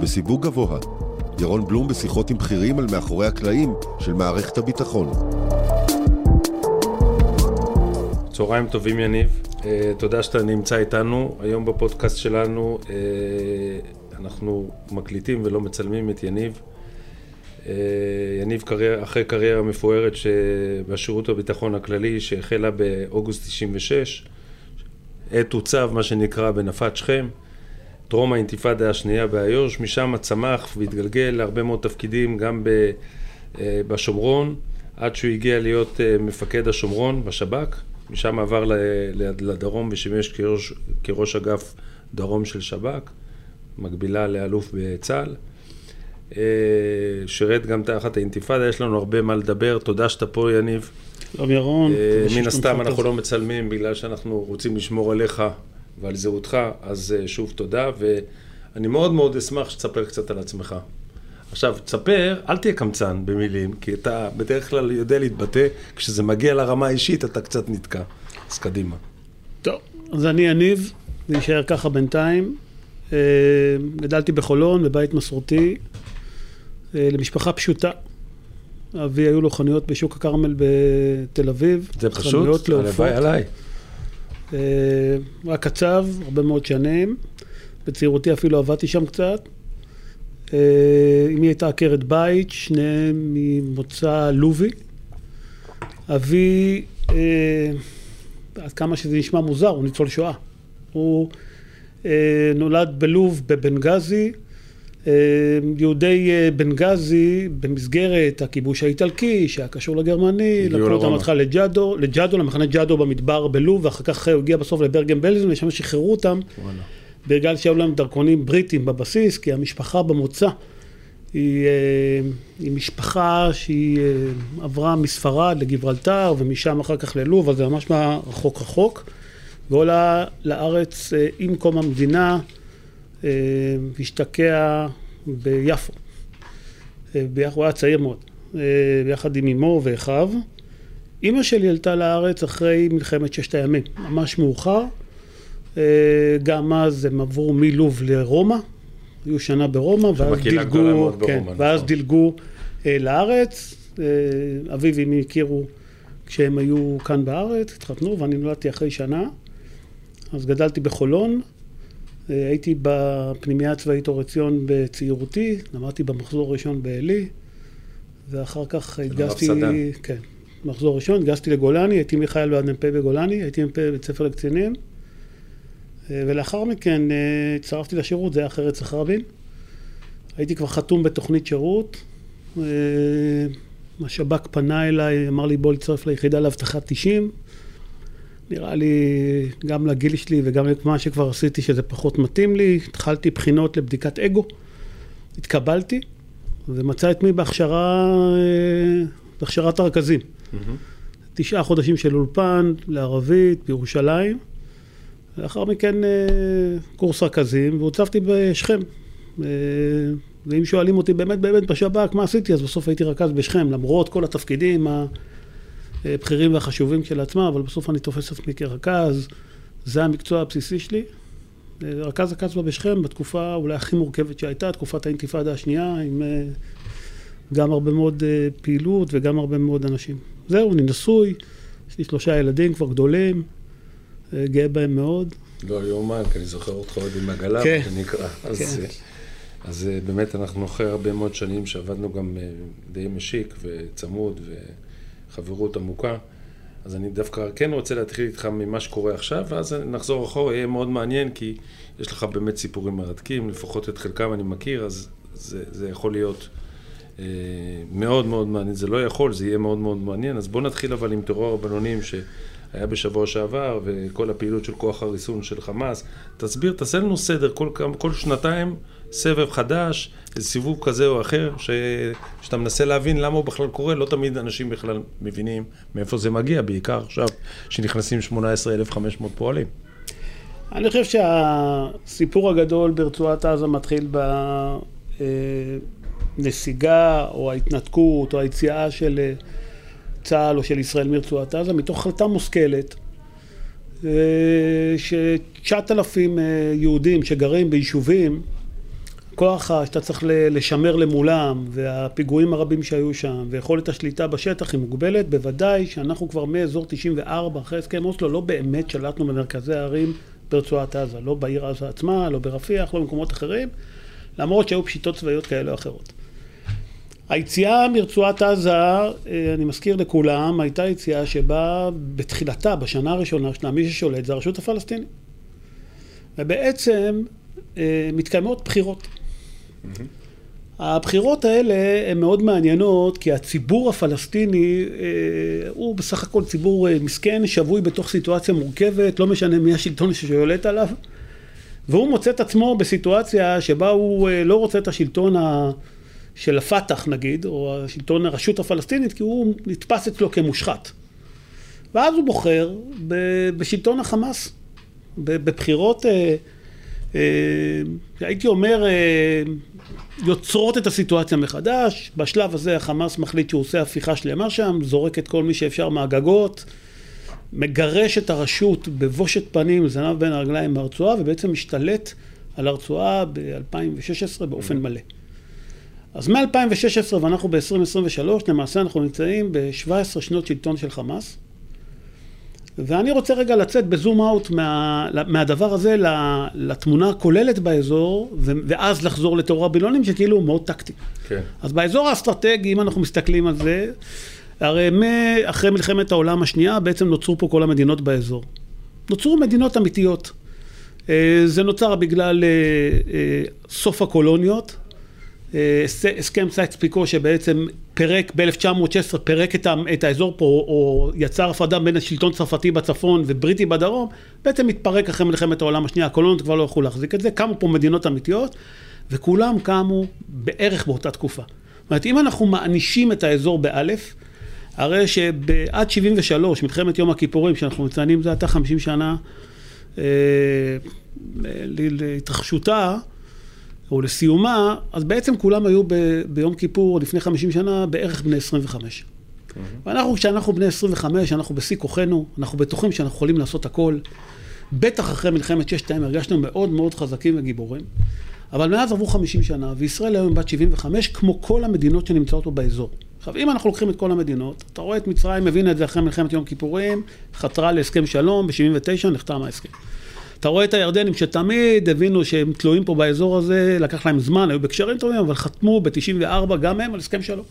בסיווג גבוה. ירון בלום בשיחות עם בכירים על מאחורי הקלעים של מערכת הביטחון. צהריים טובים יניב, תודה שאתה נמצא איתנו. היום בפודקאסט שלנו אנחנו מקליטים ולא מצלמים את יניב. יניב אחרי קריירה מפוארת בשירות הביטחון הכללי שהחלה באוגוסט 96, עת הוצב מה שנקרא בנפת שכם, טרום האינתיפאדה השנייה באיו"ש, משם צמח והתגלגל להרבה מאוד תפקידים גם בשומרון, עד שהוא הגיע להיות מפקד השומרון בשב"כ, משם עבר לדרום ושימש כראש אגף דרום של שב"כ, מקבילה לאלוף בצה"ל. שירת גם תחת האינתיפאדה, יש לנו הרבה מה לדבר, תודה שאתה פה יניב. שלום ירון. מן הסתם אנחנו לא מצלמים בגלל שאנחנו רוצים לשמור עליך ועל זהותך, אז שוב תודה, ואני מאוד מאוד אשמח שתספר קצת על עצמך. עכשיו, תספר, אל תהיה קמצן במילים, כי אתה בדרך כלל יודע להתבטא, כשזה מגיע לרמה האישית אתה קצת נתקע, אז קדימה. טוב, אז אני יניב, נשאר ככה בינתיים. גדלתי בחולון, בבית מסורתי, למשפחה פשוטה. אבי היו לו חנויות בשוק הכרמל בתל אביב. זה פשוט, הלוואי עליי. רק קצב, הרבה מאוד שנים. בצעירותי אפילו עבדתי שם קצת. אמי הייתה עקרת בית, שניהם ממוצא לובי. אבי, עד כמה שזה נשמע מוזר, הוא ניצול שואה. הוא נולד בלוב בבנגזי. יהודי בנגזי במסגרת הכיבוש האיטלקי שהיה קשור לגרמני, לקחו אותם התחלה לג'אדו, למחנה ג'אדו במדבר בלוב, ואחר כך הוא הגיע בסוף לברגן בלזן, ושם שחררו אותם בגלל שהיו להם דרכונים בריטים בבסיס, כי המשפחה במוצא היא משפחה שהיא עברה מספרד לגברלטר ומשם אחר כך ללוב, אז זה ממש רחוק, ועולה לארץ עם קום המדינה, השתקע ביפו. הוא היה צעיר מאוד, ביחד עם אמו ואחיו. אמא שלי עלתה לארץ אחרי מלחמת ששת הימים, ממש מאוחר. גם אז הם עברו מלוב לרומא, היו שנה ברומא, ואז דילגו לארץ. אביו ואמי הכירו כשהם היו כאן בארץ, התחתנו, ואני נולדתי אחרי שנה. אז גדלתי בחולון. הייתי בפנימייה הצבאית אור עציון בצעירותי, למדתי במחזור הראשון בעלי, ואחר כך מחזור ראשון, התגייסתי לגולני, הייתי מחייל ועד מ"פ בגולני, הייתי מ"פ בבית ספר לקצינים, ולאחר מכן הצטרפתי לשירות, זה היה אחרי רצח רבין. הייתי כבר חתום בתוכנית שירות, השב"כ פנה אליי, אמר לי בוא להצטרף ליחידה לאבטחת 90, נראה לי גם לגיל שלי וגם למה שכבר עשיתי שזה פחות מתאים לי. התחלתי בחינות לבדיקת אגו, התקבלתי ומצא את מי בהכשרת הרכזים. 9 חודשים של אולפן לערבית בירושלים, לאחר מכן קורס רכזים, והוצבתי בשכם. ואם שואלים אותי באמת בשב"כ מה עשיתי, אז בסוף הייתי רכז בשכם, למרות כל התפקידים הבכירים והחשובים של עצמם, אבל בסוף אני תופס עצמי כרכז. זה המקצוע הבסיסי שלי. רכז הקצבה בשכם בתקופה אולי הכי מורכבת שהייתה, תקופת האינתיפאדה השנייה, עם גם הרבה מאוד פעילות וגם הרבה מאוד אנשים. זהו, אני נשוי, יש לי 3 ילדים כבר גדולים, גאה בהם מאוד. לא יומן, כי אני זוכר אותך עוד עם עגלה, כן. זה נקרא. אז באמת אנחנו אחרי הרבה מאוד שנים שעבדנו גם די משיק וצמוד חברות עמוקה, אז אני דווקא כן רוצה להתחיל איתך ממה שקורה עכשיו, ואז נחזור אחורה, יהיה מאוד מעניין, כי יש לך באמת סיפורים מרתקים, לפחות את חלקם אני מכיר, אז זה יכול להיות מאוד מאוד מעניין, זה לא יכול, זה יהיה מאוד מאוד מעניין, אז בוא נתחיל אבל עם טרור הבינונים שהיה בשבוע שעבר, וכל הפעילות של כוח הריסון של חמאס. תסביר, תעשה לנו סדר, כל שנתיים, סבב חדש, סיבוב כזה או אחר, שאתה מנסה להבין למה הוא בכלל קורה, לא תמיד אנשים בכלל מבינים מאיפה זה מגיע, בעיקר עכשיו שנכנסים 18,500 פועלים. אני חושב שהסיפור הגדול ברצועת עזה מתחיל בנסיגה או ההתנתקות או היציאה של צה"ל או של ישראל מרצועת עזה, מתוך החלטה מושכלת, ש9,000 יהודים שגרים ביישובים הכוח שאתה צריך לשמר למולם, והפיגועים הרבים שהיו שם, ויכולת השליטה בשטח היא מוגבלת, בוודאי שאנחנו כבר מאזור 94, אחרי הסכם אוסלו, לא באמת שלטנו במרכזי הערים ברצועת עזה, לא בעיר עזה עצמה, לא ברפיח, לא במקומות אחרים, למרות שהיו פשיטות צבאיות כאלה או אחרות. היציאה מרצועת עזה, אני מזכיר לכולם, הייתה יציאה שבה בתחילתה, בשנה הראשונה שלה, מי ששולט זה הרשות הפלסטינית. ובעצם מתקיימות בחירות. הבחירות האלה הן מאוד מעניינות, כי הציבור הפלסטיני הוא בסך הכל ציבור מסכן, שבוי בתוך סיטואציה מורכבת, לא משנה מי השלטון ששולט עליו, והוא מוצא את עצמו בסיטואציה שבה הוא לא רוצה את השלטון של הפתח נגיד, או השלטון הרשות הפלסטינית, כי הוא נתפס אצלו כמושחת. ואז הוא בוחר בשלטון החמאס, בבחירות, הייתי אומר, יוצרות את הסיטואציה מחדש. בשלב הזה החמאס מחליט שהוא עושה הפיכה שלמה שם, זורק את כל מי שאפשר מהגגות, מגרש את הרשות בבושת פנים, זנב בין הרגליים מהרצועה, ובעצם משתלט על הרצועה ב-2016 באופן מלא. אז מ-2016 ואנחנו ב-2023, למעשה אנחנו נמצאים ב-17 שנות שלטון של חמאס, ואני רוצה רגע לצאת בזום אאוט מהדבר הזה לתמונה הכוללת באזור, ואז לחזור לטרור הבילונים שכאילו הוא מאוד טקטי. כן. אז באזור האסטרטגי, אם אנחנו מסתכלים על זה, הרי אחרי מלחמת העולם השנייה, בעצם נוצרו פה כל המדינות באזור. נוצרו מדינות אמיתיות. זה נוצר בגלל סוף הקולוניות, הסכם סייקס-פיקו שבעצם פרק ב-1916, פרק את האזור פה, או יצר הפרדה בין השלטון צרפתי בצפון ובריטי בדרום, בעצם מתפרק אחרי מלחמת העולם השנייה, הקולוניות כבר לא יכולו להחזיק את זה, קמו פה מדינות אמיתיות, וכולם קמו בערך באותה תקופה. זאת אומרת, אם אנחנו מענישים את האזור באלף, הרי שבעד 73, מלחמת יום הכיפורים, שאנחנו מציינים זה עתה 50 שנה להתרחשותה, או לסיומה, אז בעצם כולם היו ביום כיפור לפני 50 שנה בערך בני 25. ואנחנו, כשאנחנו בני 25, אנחנו בשיא כוחנו, אנחנו בטוחים שאנחנו יכולים לעשות הכל. בטח אחרי מלחמת ששת הימים הרגשנו מאוד מאוד חזקים וגיבורים. אבל מאז עברו 50 שנה, וישראל היום בת 75, כמו כל המדינות שנמצאות פה באזור. עכשיו, אם אנחנו לוקחים את כל המדינות, אתה רואה את מצרים, מבין את זה אחרי מלחמת יום כיפורים, חתרה להסכם שלום, ב-79 נחתם ההסכם. אתה רואה את הירדנים שתמיד הבינו שהם תלויים פה באזור הזה, לקח להם זמן, היו בקשרים טובים, אבל חתמו ב-94 גם הם על הסכם שלום.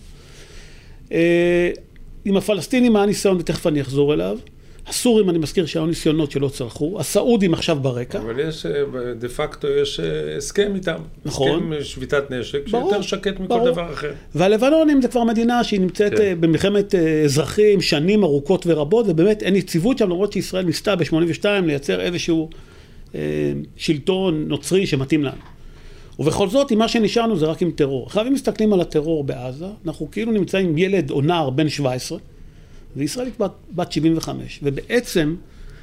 עם הפלסטינים היה ניסיון, ותכף אני אחזור אליו. הסורים, אני מזכיר שהיו ניסיונות שלא צלחו. הסעודים עכשיו ברקע. אבל יש, דה פקטו יש הסכם איתם. נכון. הסכם שביתת נשק, שיותר שקט מכל דבר אחר. והלבנונים זה כבר מדינה שהיא נמצאת במלחמת אזרחים, שנים ארוכות ורבות, ובאמת אין יציבות שם, למרות שישראל ניסתה ב-82 לייצר איזשהו שלטון נוצרי שמתאים לנו. ובכל זאת, עם מה שנשארנו זה רק עם טרור. עכשיו, אם מסתכלים על הטרור בעזה, אנחנו כאילו נמצאים עם ילד או נער בן 17, וישראל היא בת 75. ובעצם,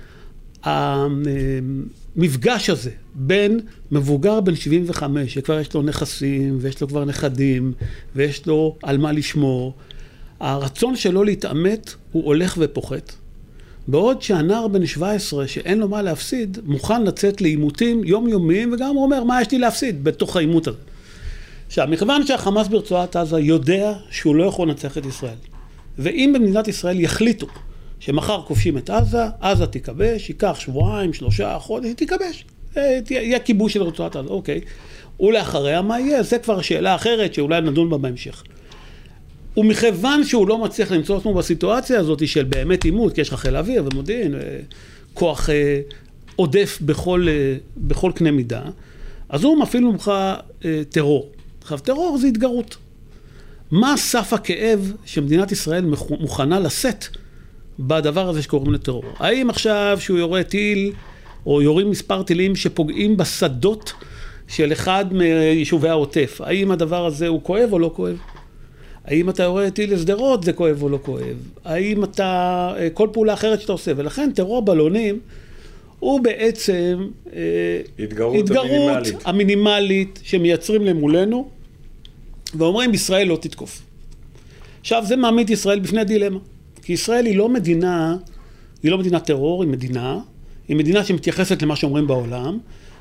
המפגש הזה בין מבוגר בן 75, שכבר יש לו נכסים, ויש לו כבר נכדים, ויש לו על מה לשמור, הרצון שלו להתאמת הוא הולך ופוחת. בעוד שהנער בן 17, שאין לו מה להפסיד, מוכן לצאת לעימותים יומיומיים, וגם הוא אומר, מה יש לי להפסיד בתוך העימות הזה? עכשיו, מכיוון שהחמאס ברצועת עזה יודע שהוא לא יכול לנצח את ישראל, ואם במדינת ישראל יחליטו שמחר כובשים את עזה, עזה תיכבש, ייקח שבועיים, 3 חודש, תיכבש. יהיה כיבוש של רצועת עזה, אוקיי. ולאחריה מה יהיה? זה כבר שאלה אחרת שאולי נדון בה בהמשך. ומכיוון שהוא לא מצליח למצוא עצמו בסיטואציה הזאת של באמת עימות, כי יש לך חיל אוויר ומודיעין, כוח עודף בכל קנה מידה, אז הוא מפעיל ממך טרור. עכשיו, טרור זה התגרות. מה סף הכאב שמדינת ישראל מוכנה לשאת בדבר הזה שקוראים לטרור? האם עכשיו שהוא יורה טיל, או יורים מספר טילים שפוגעים בשדות של אחד מיישובי העוטף, האם הדבר הזה הוא כואב או לא כואב? האם אתה יורה טיל לשדרות זה כואב או לא כואב? האם אתה, כל פעולה אחרת שאתה עושה? ולכן טרור בלונים הוא בעצם התגרות המינימלית שמייצרים למולנו, ואומרים ישראל לא תתקוף. עכשיו זה מעמיד ישראל בפני דילמה, כי ישראל היא לא מדינה טרור, היא מדינה שמתייחסת למה שאומרים בעולם,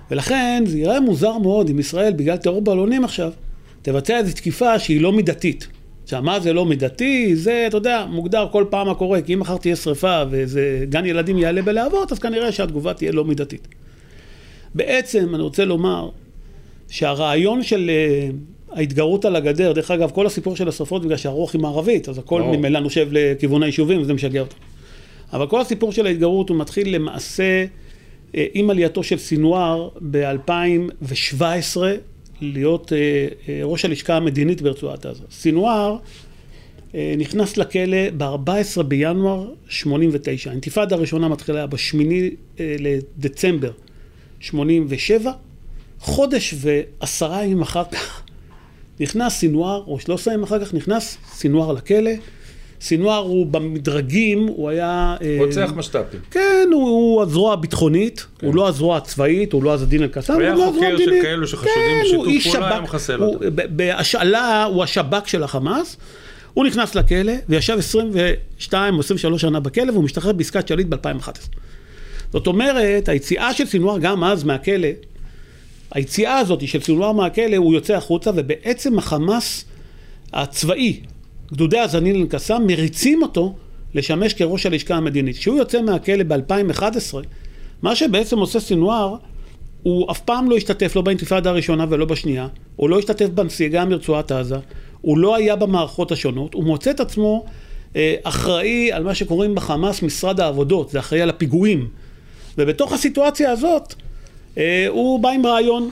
ולכן זה יראה מוזר מאוד אם ישראל, בגלל טרור בלונים עכשיו, תבצע איזו תקיפה שהיא לא מידתית. עכשיו, מה זה לא מידתי? זה, אתה יודע, מוגדר כל פעם מה קורה, כי אם מחר תהיה שריפה ואיזה גן ילדים יעלה בלהבות, אז כנראה שהתגובה תהיה לא מידתית. בעצם, אני רוצה לומר, שהרעיון של ההתגרות על הגדר, דרך אגב, כל הסיפור של השרפות, בגלל שהרוח היא מערבית, אז הכל ממילא נושב לכיוון היישובים, וזה משגע אותם. אבל כל הסיפור של ההתגרות הוא מתחיל למעשה עם עלייתו של סינואר ב-2017, להיות ראש הלשכה המדינית ברצועת עזה. סינואר נכנס לכלא ב-14 בינואר 89. האינתיפאדה הראשונה מתחילה ב-8 לדצמבר 87. חודש ו10 ימים אחר כך נכנס סינואר, או 13 ימים אחר כך נכנס סינואר לכלא. סינואר הוא במדרגים, הוא היה... רוצח משת"פים. כן, הוא הזרוע הביטחונית, הוא לא הזרוע הצבאית, הוא לא הזדין אל-קסאם. הוא היה חוקר של כאלו שחשודים בשיתוף פעולה, היה מחסל אותו. בהשאלה הוא השב"כ של החמאס, הוא נכנס לכלא וישב 22 או 23 שנה בכלא, והוא משתחרר בעסקת שליט ב-2011. זאת אומרת, היציאה של סינואר גם אז מהכלא, היציאה הזאת של סינואר מהכלא, הוא יוצא החוצה, ובעצם החמאס הצבאי, גדודי הזדין אל-קסאם, מריצים אותו לשמש כראש הלשכה המדינית. כשהוא יוצא מהכלא ב-2011, מה שבעצם עושה סינואר, הוא אף פעם לא השתתף, לא באינתיפאדה הראשונה ולא בשנייה, הוא לא השתתף בנסיגה מרצועת עזה, הוא לא היה במערכות השונות, הוא מוצא את עצמו אחראי על מה שקוראים בחמאס משרד העבודות, זה אחראי על הפיגועים. ובתוך הסיטואציה הזאת, הוא בא עם רעיון.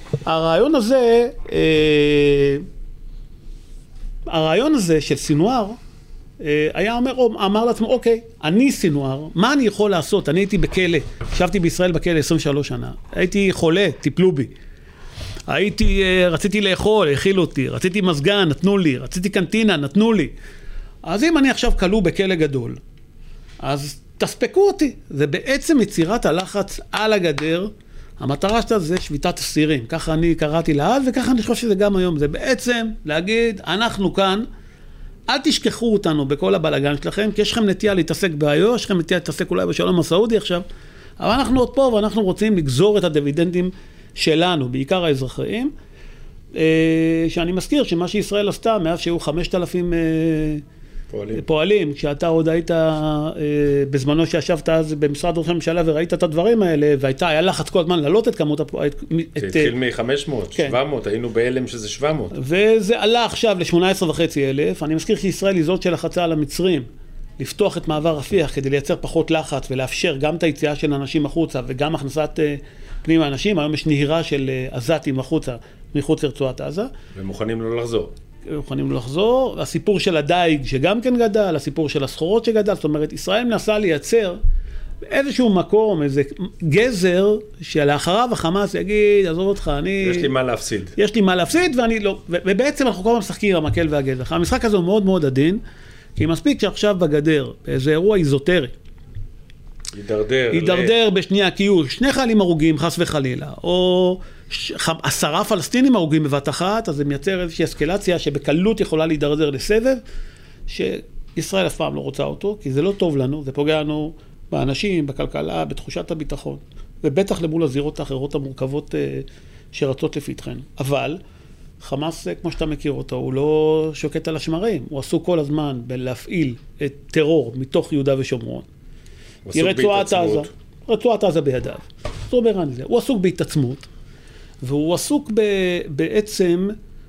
הרעיון הזה של סינואר, אמר לעצמו, אוקיי, אני סינואר, מה אני יכול לעשות? אני הייתי בכלא, ישבתי בישראל בכלא 23 שנה, הייתי חולה, טיפלו בי. רציתי לאכול, הכילו אותי, רציתי מזגן, נתנו לי, רציתי קנטינה, נתנו לי. אז אם אני עכשיו כלוא בכלא גדול, אז תספקו אותי. זה בעצם יצירת הלחץ על הגדר, המטרה שלה זה שביתת אסירים. ככה אני קראתי לעד, וככה אני חושב שזה גם היום. זה בעצם להגיד, אנחנו כאן, אל תשכחו אותנו בכל הבלגן שלכם, כי יש לכם נטייה להתעסק באיו"ש, יש לכם נטייה להתעסק אולי בשלום הסעודי עכשיו, אבל אנחנו עוד פה ואנחנו רוצים לגזור את הדיבידנדים שלנו, בעיקר האזרחיים, שאני מזכיר שמה שישראל עשתה, מאז שהיו 5,000 פועלים, כשאתה עוד היית בזמנו שישבת אז במשרד ראש הממשלה וראית את הדברים האלה, היה לחץ כל הזמן לעלות את כמות הפועלים. זה התחיל מ-500, 700, היינו בהלם שזה 700. וזה עלה עכשיו ל-18,500. אני מזכיר שישראל היא זאת שלחצה על המצרים, לפתוח את מעבר רפיח כדי לייצר פחות לחץ ולאפשר גם את היציאה של אנשים החוצה וגם הכנסת פנים האנשים. היום יש נהירה של עזתים החוצה, מחוץ לרצועת עזה. ומוכנים לא לחזור. מוכנים לחזור, הסיפור של הדייג שגם כן גדל, הסיפור של הסחורות שגדל, זאת אומרת, ישראל מנסה לייצר באיזשהו מקום, איזה גזר, שלאחריו החמאס יגיד, עזוב אותך, יש לי מה להפסיד. יש לי מה להפסיד, ואני לא, ובעצם אנחנו כל הזמן משחקים עם המקל והגזר. המשחק הזה הוא מאוד מאוד עדין, כי מספיק שעכשיו בגדר, באיזה אירוע איזוטרי, יידרדר בשנייה, כי יהיו 2 חיילים הרוגים, חס וחלילה, או 10 פלסטינים הרוגים בבת אחת, אז זה מייצר איזושהי אסקלציה שבקלות יכולה להידרדר לסבב, שישראל אף פעם לא רוצה אותו, כי זה לא טוב לנו, זה פוגע לנו באנשים, בכלכלה, בתחושת הביטחון, ובטח למול הזירות האחרות המורכבות שרצות לפתחנו. אבל חמאס, כמו שאתה מכיר אותו, הוא לא שוקט על השמרים, הוא עסוק כל הזמן בלהפעיל את טרור מתוך יהודה ושומרון. היא רצועת עזה בידיו. זאת אומרת, הוא עסוק בהתעצמות, והוא עסוק בעצם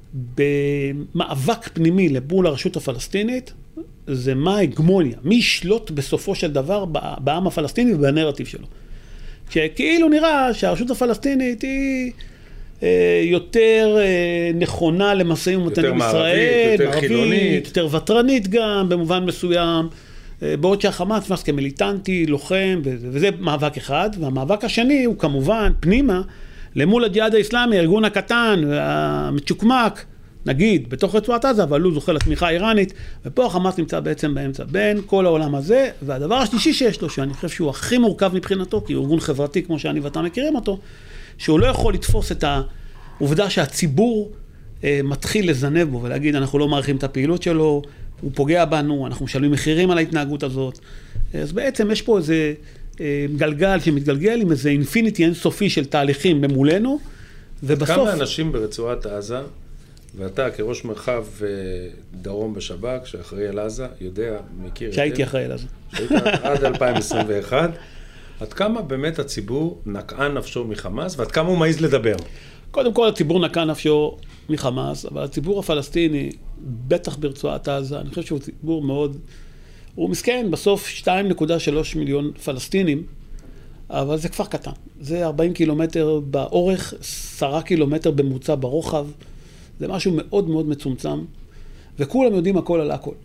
במאבק פנימי לבול הרשות הפלסטינית, זה מה ההגמוניה, מי ישלוט בסופו של דבר בעם הפלסטיני ובנרטיב שלו. כאילו נראה שהרשות הפלסטינית היא יותר נכונה למשאים ומתן עם ישראל, יותר חילונית, יותר וטרנית גם במובן מסוים, בעוד שהחמאס נתפס כמיליטנטי, לוחם, וזה מאבק אחד, והמאבק השני הוא כמובן פנימה, למול הג'יהאד האסלאמי, הארגון הקטן, המצ'וקמק, נגיד, בתוך רצועת עזה, אבל הוא זוכה לתמיכה האיראנית, ופה החמאס נמצא בעצם באמצע, בין כל העולם הזה, והדבר השלישי שיש לו, שאני חושב שהוא הכי מורכב מבחינתו, כי הוא ארגון חברתי כמו שאני ואתה מכירים אותו, שהוא לא יכול לתפוס את העובדה שהציבור מתחיל לזנב בו, ולהגיד, אנחנו לא מעריכים את הפעילות שלו, הוא פוגע בנו, אנחנו משלמים מחירים על ההתנהגות הזאת. אז בעצם יש פה גלגל שמתגלגל עם איזה אינפיניטי אינסופי של תהליכים ממולנו, ובסוף... כמה אנשים ברצועת עזה, ואתה כראש מרחב דרום בשב"כ, שאחראי על עזה, יודע, מכיר... שהייתי אחראי על עזה. שהיית עד 2021, עד כמה באמת הציבור נקעה נפשו מחמאס, ועד כמה הוא מעז לדבר? קודם כל, הציבור נקע נפשו מחמאס, אבל הציבור הפלסטיני, בטח ברצועת עזה, אני חושב שהוא ציבור מאוד... הוא מסכן, בסוף 2.3 מיליון פלסטינים, אבל זה כפר קטן. זה 40 קילומטר באורך, 10 קילומטר בממוצע ברוחב. זה משהו מאוד מאוד מצומצם, וכולם יודעים הכל על הכל.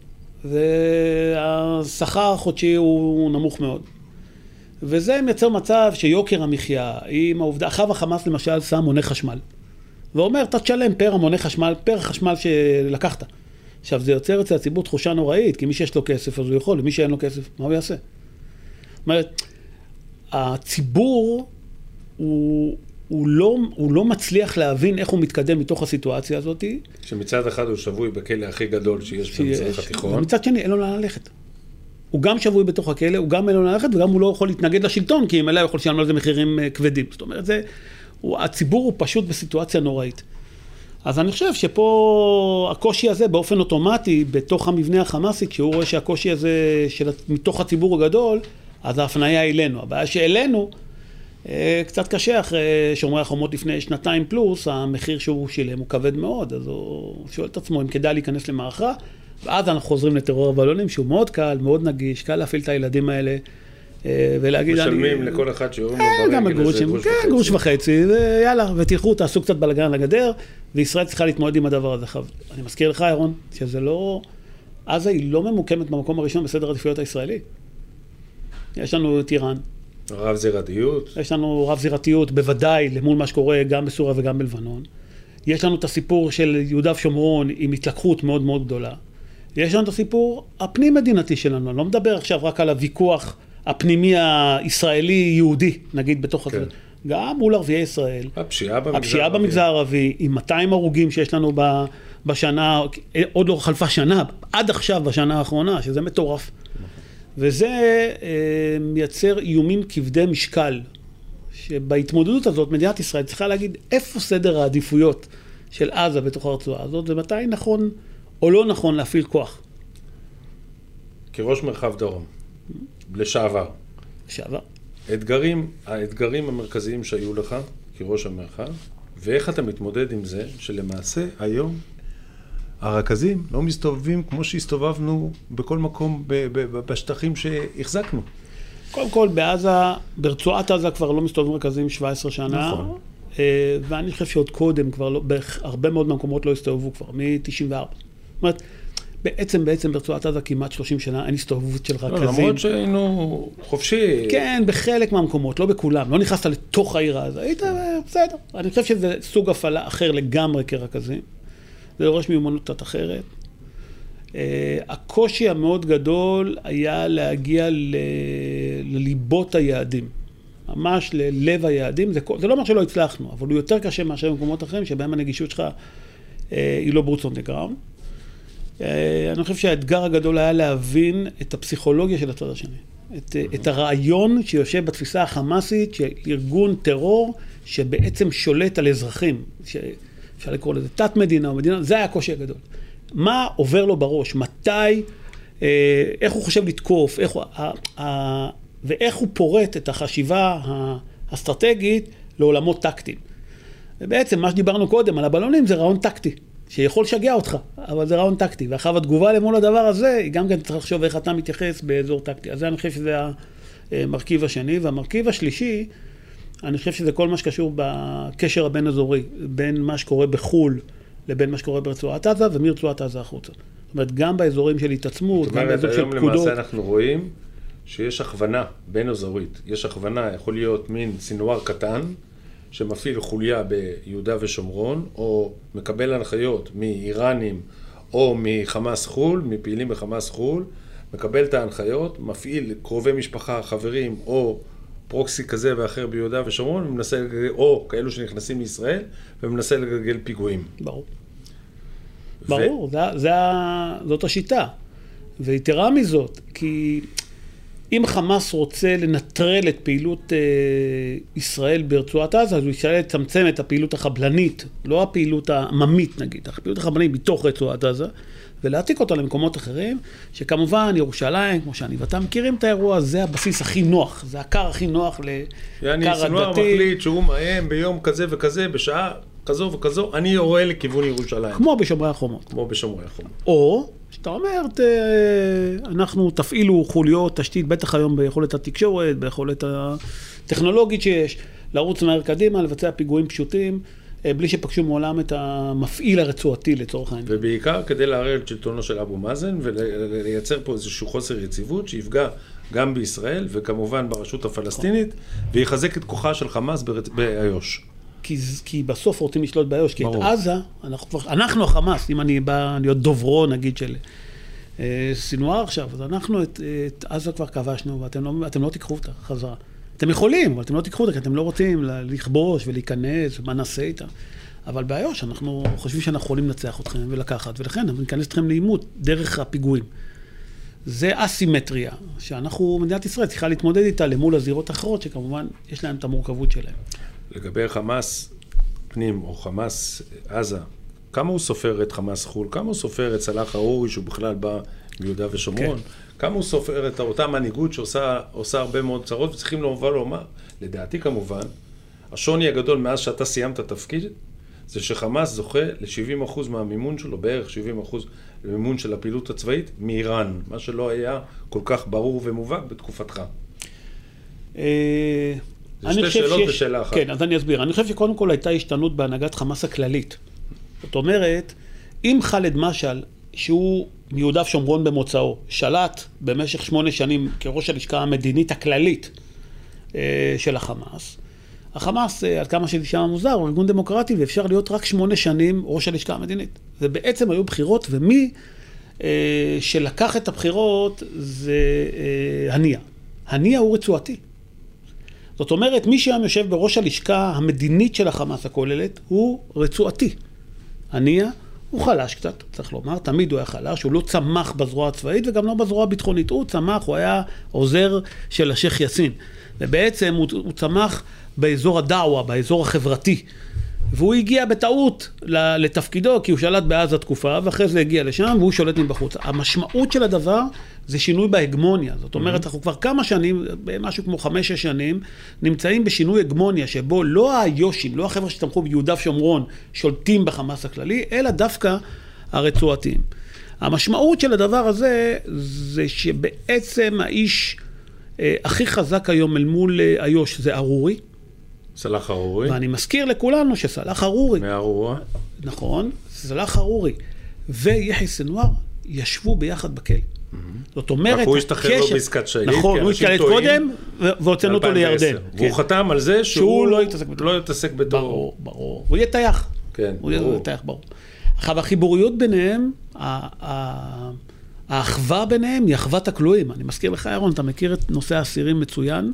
והשכר החודשי הוא נמוך מאוד. וזה מייצר מצב שיוקר המחיה, עם העובדה, אחר החמאס למשל שם מונה חשמל, ואומר, אתה תשלם פר המונה חשמל, פר החשמל שלקחת. עכשיו, זה יוצר אצל הציבור תחושה נוראית, כי מי שיש לו כסף, אז הוא יכול, ומי שאין לו כסף, מה הוא יעשה? זאת אומרת, הציבור הוא לא מצליח להבין איך הוא מתקדם מתוך הסיטואציה הזאת. שמצד אחד הוא שבוי בכלא הכי גדול שיש במזרח התיכון. ומצד שני, אין לו לאן ללכת. הוא גם שבוי בתוך הכלא, הוא גם אין לו לאן ללכת, וגם הוא לא יכול להתנגד לשלטון, כי אם אלה הוא יכול לשלם על זה מחירים כבדים. זאת אומרת, הציבור הוא פשוט בסיטואציה נוראית. אז אני חושב שפה הקושי הזה באופן אוטומטי, בתוך המבנה החמאסי, כשהוא רואה שהקושי הזה מתוך הציבור הגדול, אז ההפניה היא אלינו. הבעיה שאלינו, קצת קשה אחרי שומרי החומות לפני שנתיים פלוס, המחיר שהוא שילם הוא כבד מאוד, אז הוא שואל את עצמו אם כדאי להיכנס למערכה, ואז אנחנו חוזרים לטרור הבלונים, שהוא מאוד קל, מאוד נגיש, קל להפעיל את הילדים האלה, ולהגיד... משלמים לכל אחד שיורים לו ברגל איזה גרוש וחצי. גרוש וחצי, ויאללה, ותלכו, תעשו קצת בלגן לגדר, וישראל צריכה להתמודד עם הדבר הזה. אני מזכיר לך, אירון, שזה לא... עזה היא לא ממוקמת במקום הראשון בסדר העדיפויות הישראלי. יש לנו את איראן. רב זירתיות. יש לנו רב זירתיות, בוודאי, למול מה שקורה גם בסוריה וגם בלבנון. יש לנו את הסיפור של יהודה ושומרון עם התלקחות מאוד מאוד גדולה. יש לנו את הסיפור הפנים מדינתי שלנו. אני לא מדבר עכשיו רק על הוויכוח הפנימי הישראלי-יהודי, נגיד בתוך הזה. גם מול ערביי ישראל. הפשיעה במגזר הערבי, עם 200 הרוגים שיש לנו בשנה, עוד לא חלפה שנה, עד עכשיו בשנה האחרונה, שזה מטורף. וזה מייצר איומים כבדי משקל, שבהתמודדות הזאת מדינת ישראל צריכה להגיד איפה סדר העדיפויות של עזה בתוך הרצועה הזאת, ומתי נכון או לא נכון להפעיל כוח. כראש מרחב דרום, לשעבר. האתגרים המרכזיים שהיו לך כראש המרחב, ואיך אתה מתמודד עם זה שלמעשה היום הרכזים לא מסתובבים כמו שהסתובבנו בכל מקום בשטחים שהחזקנו. קודם כל, ברצועת עזה כבר לא מסתובבים רכזים 17 שנה. נכון. ואני חושב שעוד קודם, כבר הרבה מאוד מהמקומות לא הסתובבו כבר, מ-94. זאת אומרת, בעצם ברצועת עזה כמעט 30 שנה אין הסתובבות של רכזים. למרות שהיינו חופשי. כן, בחלק מהמקומות, לא בכולם. לא נכנסת לתוך העיר הזה. היית בסדר. אני חושב שזה סוג הפעלה אחר לגמרי כרכזים. זה דורש מיומנות קצת אחרת. הקושי המאוד גדול היה להגיע לליבות היעדים. ממש ללב היעדים. זה לא אומר שלא הצלחנו, אבל הוא יותר קשה מאשר במקומות אחרים, שבהם הנגישות שלך היא לא ברוץ on the ground. אני חושב שהאתגר הגדול היה להבין את הפסיכולוגיה של הצד השני. את הרעיון שיושב בתפיסה החמאסית של ארגון טרור שבעצם שולט על אזרחים. אפשר לקרוא לזה תת מדינה או מדינה, זה היה הקושי הגדול. מה עובר לו בראש? מתי, איך הוא חושב לתקוף, ואיך הוא פורט את החשיבה האסטרטגית לעולמות טקטיים. ובעצם מה שדיברנו קודם על הבלונים זה רעיון טקטי, שיכול לשגע אותך, אבל זה רעיון טקטי. ואחר התגובה למול הדבר הזה, היא גם כן צריך לחשוב איך אתה מתייחס באזור טקטי. אז אני חושב שזה המרכיב השני, והמרכיב השלישי, אני חושב שזה כל מה שקשור בקשר הבין אזורי, בין מה שקורה בחול לבין מה שקורה ברצועת עזה, ומרצועת עזה החוצה. זאת אומרת, גם באזורים של התעצמות, גם באזור של פקודות. למעשה אנחנו רואים שיש הכוונה בין אזורית. יש הכוונה, יכול להיות מין סינואר קטן, שמפעיל חוליה ביהודה ושומרון, או מקבל הנחיות מאיראנים, או מחמאס חול, מפעילים בחמאס חול, מקבל את ההנחיות, מפעיל קרובי משפחה, חברים, או פרוקסי כזה ואחר ביהודה ושומרון, ומנסה לגגל, או כאלו שנכנסים לישראל, ומנסה לגגל פיגועים. ברור. ברור, זאת השיטה. ויתרה מזאת, כי אם חמאס רוצה לנטרל את פעילות ישראל ברצועת עזה, אז הוא ישאל לצמצם את הפעילות החבלנית, לא הפעילות העממית נגיד, הפעילות החבלנית בתוך רצועת עזה, ולהעתיק אותה למקומות אחרים, שכמובן ירושלים, כמו שאני ואתה מכירים את האירוע, זה הבסיס הכי נוח, זה הקר הכי נוח לקר הדתי. סינואר מחליט שהוא מאיים ביום כזה וכזה, בשעה כזו וכזו, אני יורה לכיוון ירושלים. כמו בשומרי החומות. כמו בשומרי החומות. או, שאתה אומר, אנחנו תפעילו חוליות, תשתית, בטח היום ביכולת התקשורת, ביכולת הטכנולוגית שיש, לרוץ מהר קדימה, לבצע פיגועים פשוטים, בלי שפגשו מעולם את המפעיל הרצועתי לצורך העניין. ובעיקר כדי לערער את שלטונו של אבו מאזן, ולייצר פה איזשהו חוסר יציבות, שיפגע גם בישראל, וכמובן ברשות הפלסטינית, ויחזק את כוחה של חמאס באיו"ש. כי בסוף רוצים לשלוט באיו"ש, כי את עזה, אנחנו החמאס, אם אני בא להיות דוברו, נגיד, של סינואר עכשיו, אז אנחנו את עזה כבר כבשנו, ואתם לא תיקחו אותה חזרה. אתם יכולים, אבל אתם לא תיקחו אותה, כי אתם לא רוצים לכבוש ולהיכנס, ומה נעשה איתה. אבל באיו"ש, אנחנו חושבים שאנחנו יכולים לנצח אתכם ולקחת, ולכן אנחנו ניכנס אתכם לעימות דרך הפיגועים. זה אסימטריה, שאנחנו, מדינת ישראל צריכה להתמודד איתה למול הזירות האחרות, שכמובן יש להם את המורכבות שלהם. לגבי חמאס פנים או חמאס עזה, כמה הוא סופר את חמאס חול? כמה הוא סופר את סלאח ארורי שהוא בכלל בא מיהודה ושומרון? כמה הוא סופר את אותה מנהיגות שעושה הרבה מאוד צרות, וצריכים לומר, לדעתי כמובן, השוני הגדול מאז שאתה סיימת התפקיד, זה שחמאס זוכה ל-70% מהמימון שלו, בערך 70% למימון של הפעילות הצבאית, מאיראן, מה שלא היה כל כך ברור ומובהק בתקופתך. זה שתי שאלות ושאלה אחת. כן, אז אני אסביר. אני חושב שקודם כל הייתה השתנות בהנהגת חמאס הכללית. זאת אומרת, אם ח'אלד משעל, שהוא מיהודה ושומרון במוצאו, שלט במשך 8 שנים כראש הלשכה המדינית הכללית של החמאס, החמאס, עד כמה שנשמע מוזר, הוא ארגון דמוקרטי, ואפשר להיות רק 8 שנים ראש הלשכה המדינית. ובעצם היו בחירות, ומי שלקח את הבחירות זה הנייה. הנייה הוא רצועתי. זאת אומרת, מי שהיום יושב בראש הלשכה המדינית של החמאס הכוללת, הוא רצועתי. הנייה הוא חלש קצת, צריך לומר, תמיד הוא היה חלש, הוא לא צמח בזרוע הצבאית וגם לא בזרוע הביטחונית, הוא צמח, הוא היה עוזר של השייח יאסין, ובעצם הוא צמח באזור הדעווה, באזור החברתי, והוא הגיע בטעות לתפקידו, כי הוא שלט בעזה תקופה, ואחרי זה הגיע לשם, והוא שולט מבחוץ. המשמעות של הדבר זה שינוי בהגמוניה. זאת אומרת, אנחנו כבר כמה שנים, משהו כמו 5-6 שנים, נמצאים בשינוי הגמוניה, שבו לא היושים, לא החבר'ה שתמכו ביהודה ושומרון, שולטים בחמאס הכללי, אלא דווקא הרצועתיים. המשמעות של הדבר הזה, זה שבעצם האיש הכי חזק היום אל מול איו"ש זה ארורי, סלאח ארורי. ואני מזכיר לכולנו שסלאח ארורי. מארורי. נכון, סלאח ארורי ויחיא סנוואר ישבו ביחד בכלא. זאת אומרת, רק הוא השתחרר לו בעסקת שהיד. נכון, הוא השתחרר קודם, והוצאנו אותו לירדן. והוא חתם על זה שהוא לא יתעסק בתור. ברור, ברור. הוא יהיה טייח. כן, ברור. הוא יהיה טייח, ברור. עכשיו, החיבוריות ביניהם, האחווה ביניהם היא אחוות הכלואים. אני מזכיר לך, אירון, אתה מכיר את נושא האסירים מצוין,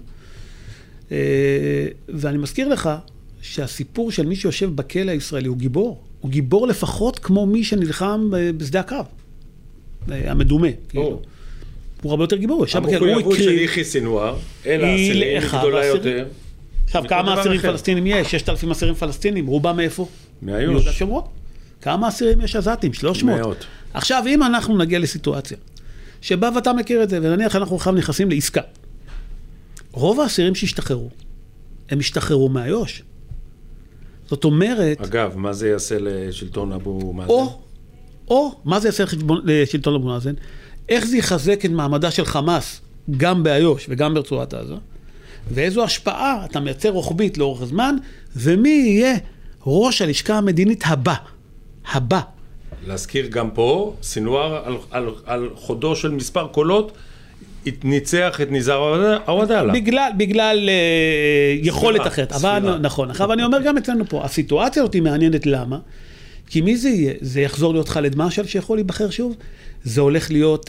ואני מזכיר לך שהסיפור של מי שיושב בכלא הישראלי הוא גיבור. הוא גיבור לפחות כמו מי שנלחם בשדה הקרב. המדומה. הוא הרבה יותר גיבור. המחויבות של יחיא סנוואר, אל האסירים גדולה יותר. עכשיו, כמה אסירים פלסטינים יש? 6,000 אסירים פלסטינים. רובם מאיפה? מאיו"ש. כמה אסירים יש עזתים? 300. מאות. עכשיו, אם אנחנו נגיע לסיטואציה שבה ואתה מכיר את זה, ונניח אנחנו עכשיו נכנסים לעסקה, רוב האסירים שהשתחררו, הם השתחררו מאיו"ש. זאת אומרת... אגב, מה זה יעשה לשלטון אבו מאזן? או, מה זה יעשה לשלטון אבו מאזן? איך זה יחזק את מעמדה של חמאס, גם באיו"ש וגם ברצועת עזה, ואיזו השפעה אתה מייצר רוחבית לאורך הזמן, ומי יהיה ראש הלשכה המדינית הבא. להזכיר גם פה, סנוואר על חודו של מספר קולות, ניצח את ניזאר עוודאלה. בגלל יכולת אחרת. אבל נכון. עכשיו אני אומר גם אצלנו פה, הסיטואציה הזאת היא מעניינת למה? כי מי זה יהיה? זה יחזור להיות ח'אלד משעל שיכול להיבחר שוב? זה הולך להיות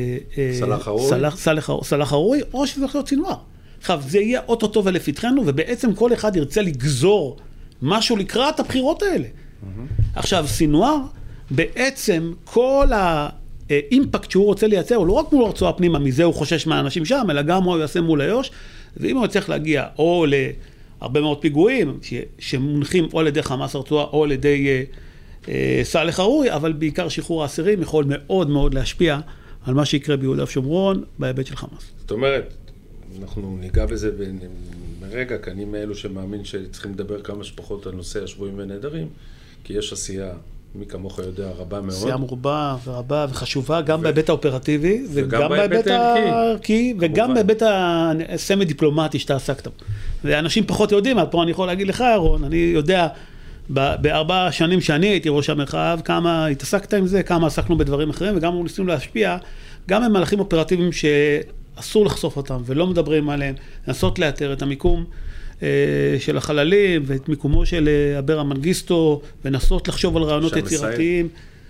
סלאח ארורי, או שזה הולך להיות סנוואר. עכשיו, זה יהיה אוטוטו ולפתחנו, ובעצם כל אחד ירצה לגזור משהו לקראת הבחירות האלה. עכשיו, סנוואר, בעצם כל האימפקט שהוא רוצה לייצר, הוא לא רק מול הרצועה פנימה, מזה הוא חושש מהאנשים שם, אלא גם הוא יעשה מול איו"ש, ואם הוא צריך להגיע או להרבה מאוד פיגועים, שמונחים או על ידי חמאס הרצועה, או על ידי סאלח חרורי, אבל בעיקר שחרור האסירים יכול מאוד מאוד להשפיע על מה שיקרה ביהודה ושומרון בהיבט של חמאס. זאת אומרת, אנחנו ניגע בזה ברגע, כי אני מאלו שמאמין שצריכים לדבר כמה שפחות על נושא השבויים ונעדרים, כי יש עשייה, מי כמוך יודע, רבה מאוד. עשייה מרובה ורבה וחשובה, גם בהיבט האופרטיבי, וגם בהיבט הערכי, וגם בהיבט הסמי דיפלומטי שאתה עסקת. ואנשים פחות יודעים, אבל פה אני יכול להגיד לך, אהרון, אני יודע, ב4 שנים שאני הייתי ראש המרחב, כמה התעסקת עם זה, כמה עסקנו בדברים אחרים, וגם ניסינו להשפיע, גם עם מהלכים אופרטיביים שאסור לחשוף אותם, ולא מדברים עליהם, לנסות לאתר את המיקום של החללים, ואת מיקומו של אברה מנגיסטו, ונסות לחשוב על רעיונות יצירתיים,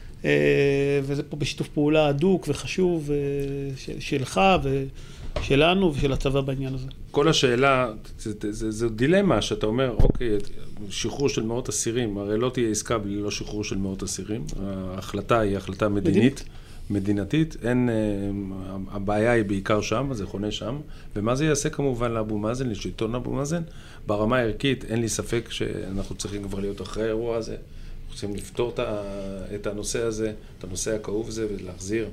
וזה פה בשיתוף פעולה הדוק וחשוב שלך ושלנו ושל הצבא בעניין הזה. כל השאלה, זו דילמה שאתה אומר, אוקיי, שחרור של מאות אסירים, הרי לא תהיה עסקה בלי לא שחרור של מאות אסירים, ההחלטה היא החלטה מדינתית, הבעיה היא בעיקר שם, זה חונה שם, ומה זה יעשה כמובן לאבו מאזן, לשלטון אבו מאזן, ברמה הערכית אין לי ספק שאנחנו צריכים כבר להיות אחרי האירוע הזה, אנחנו צריכים לפתור את הנושא הזה, את הנושא הכאוב הזה, ולהחזיר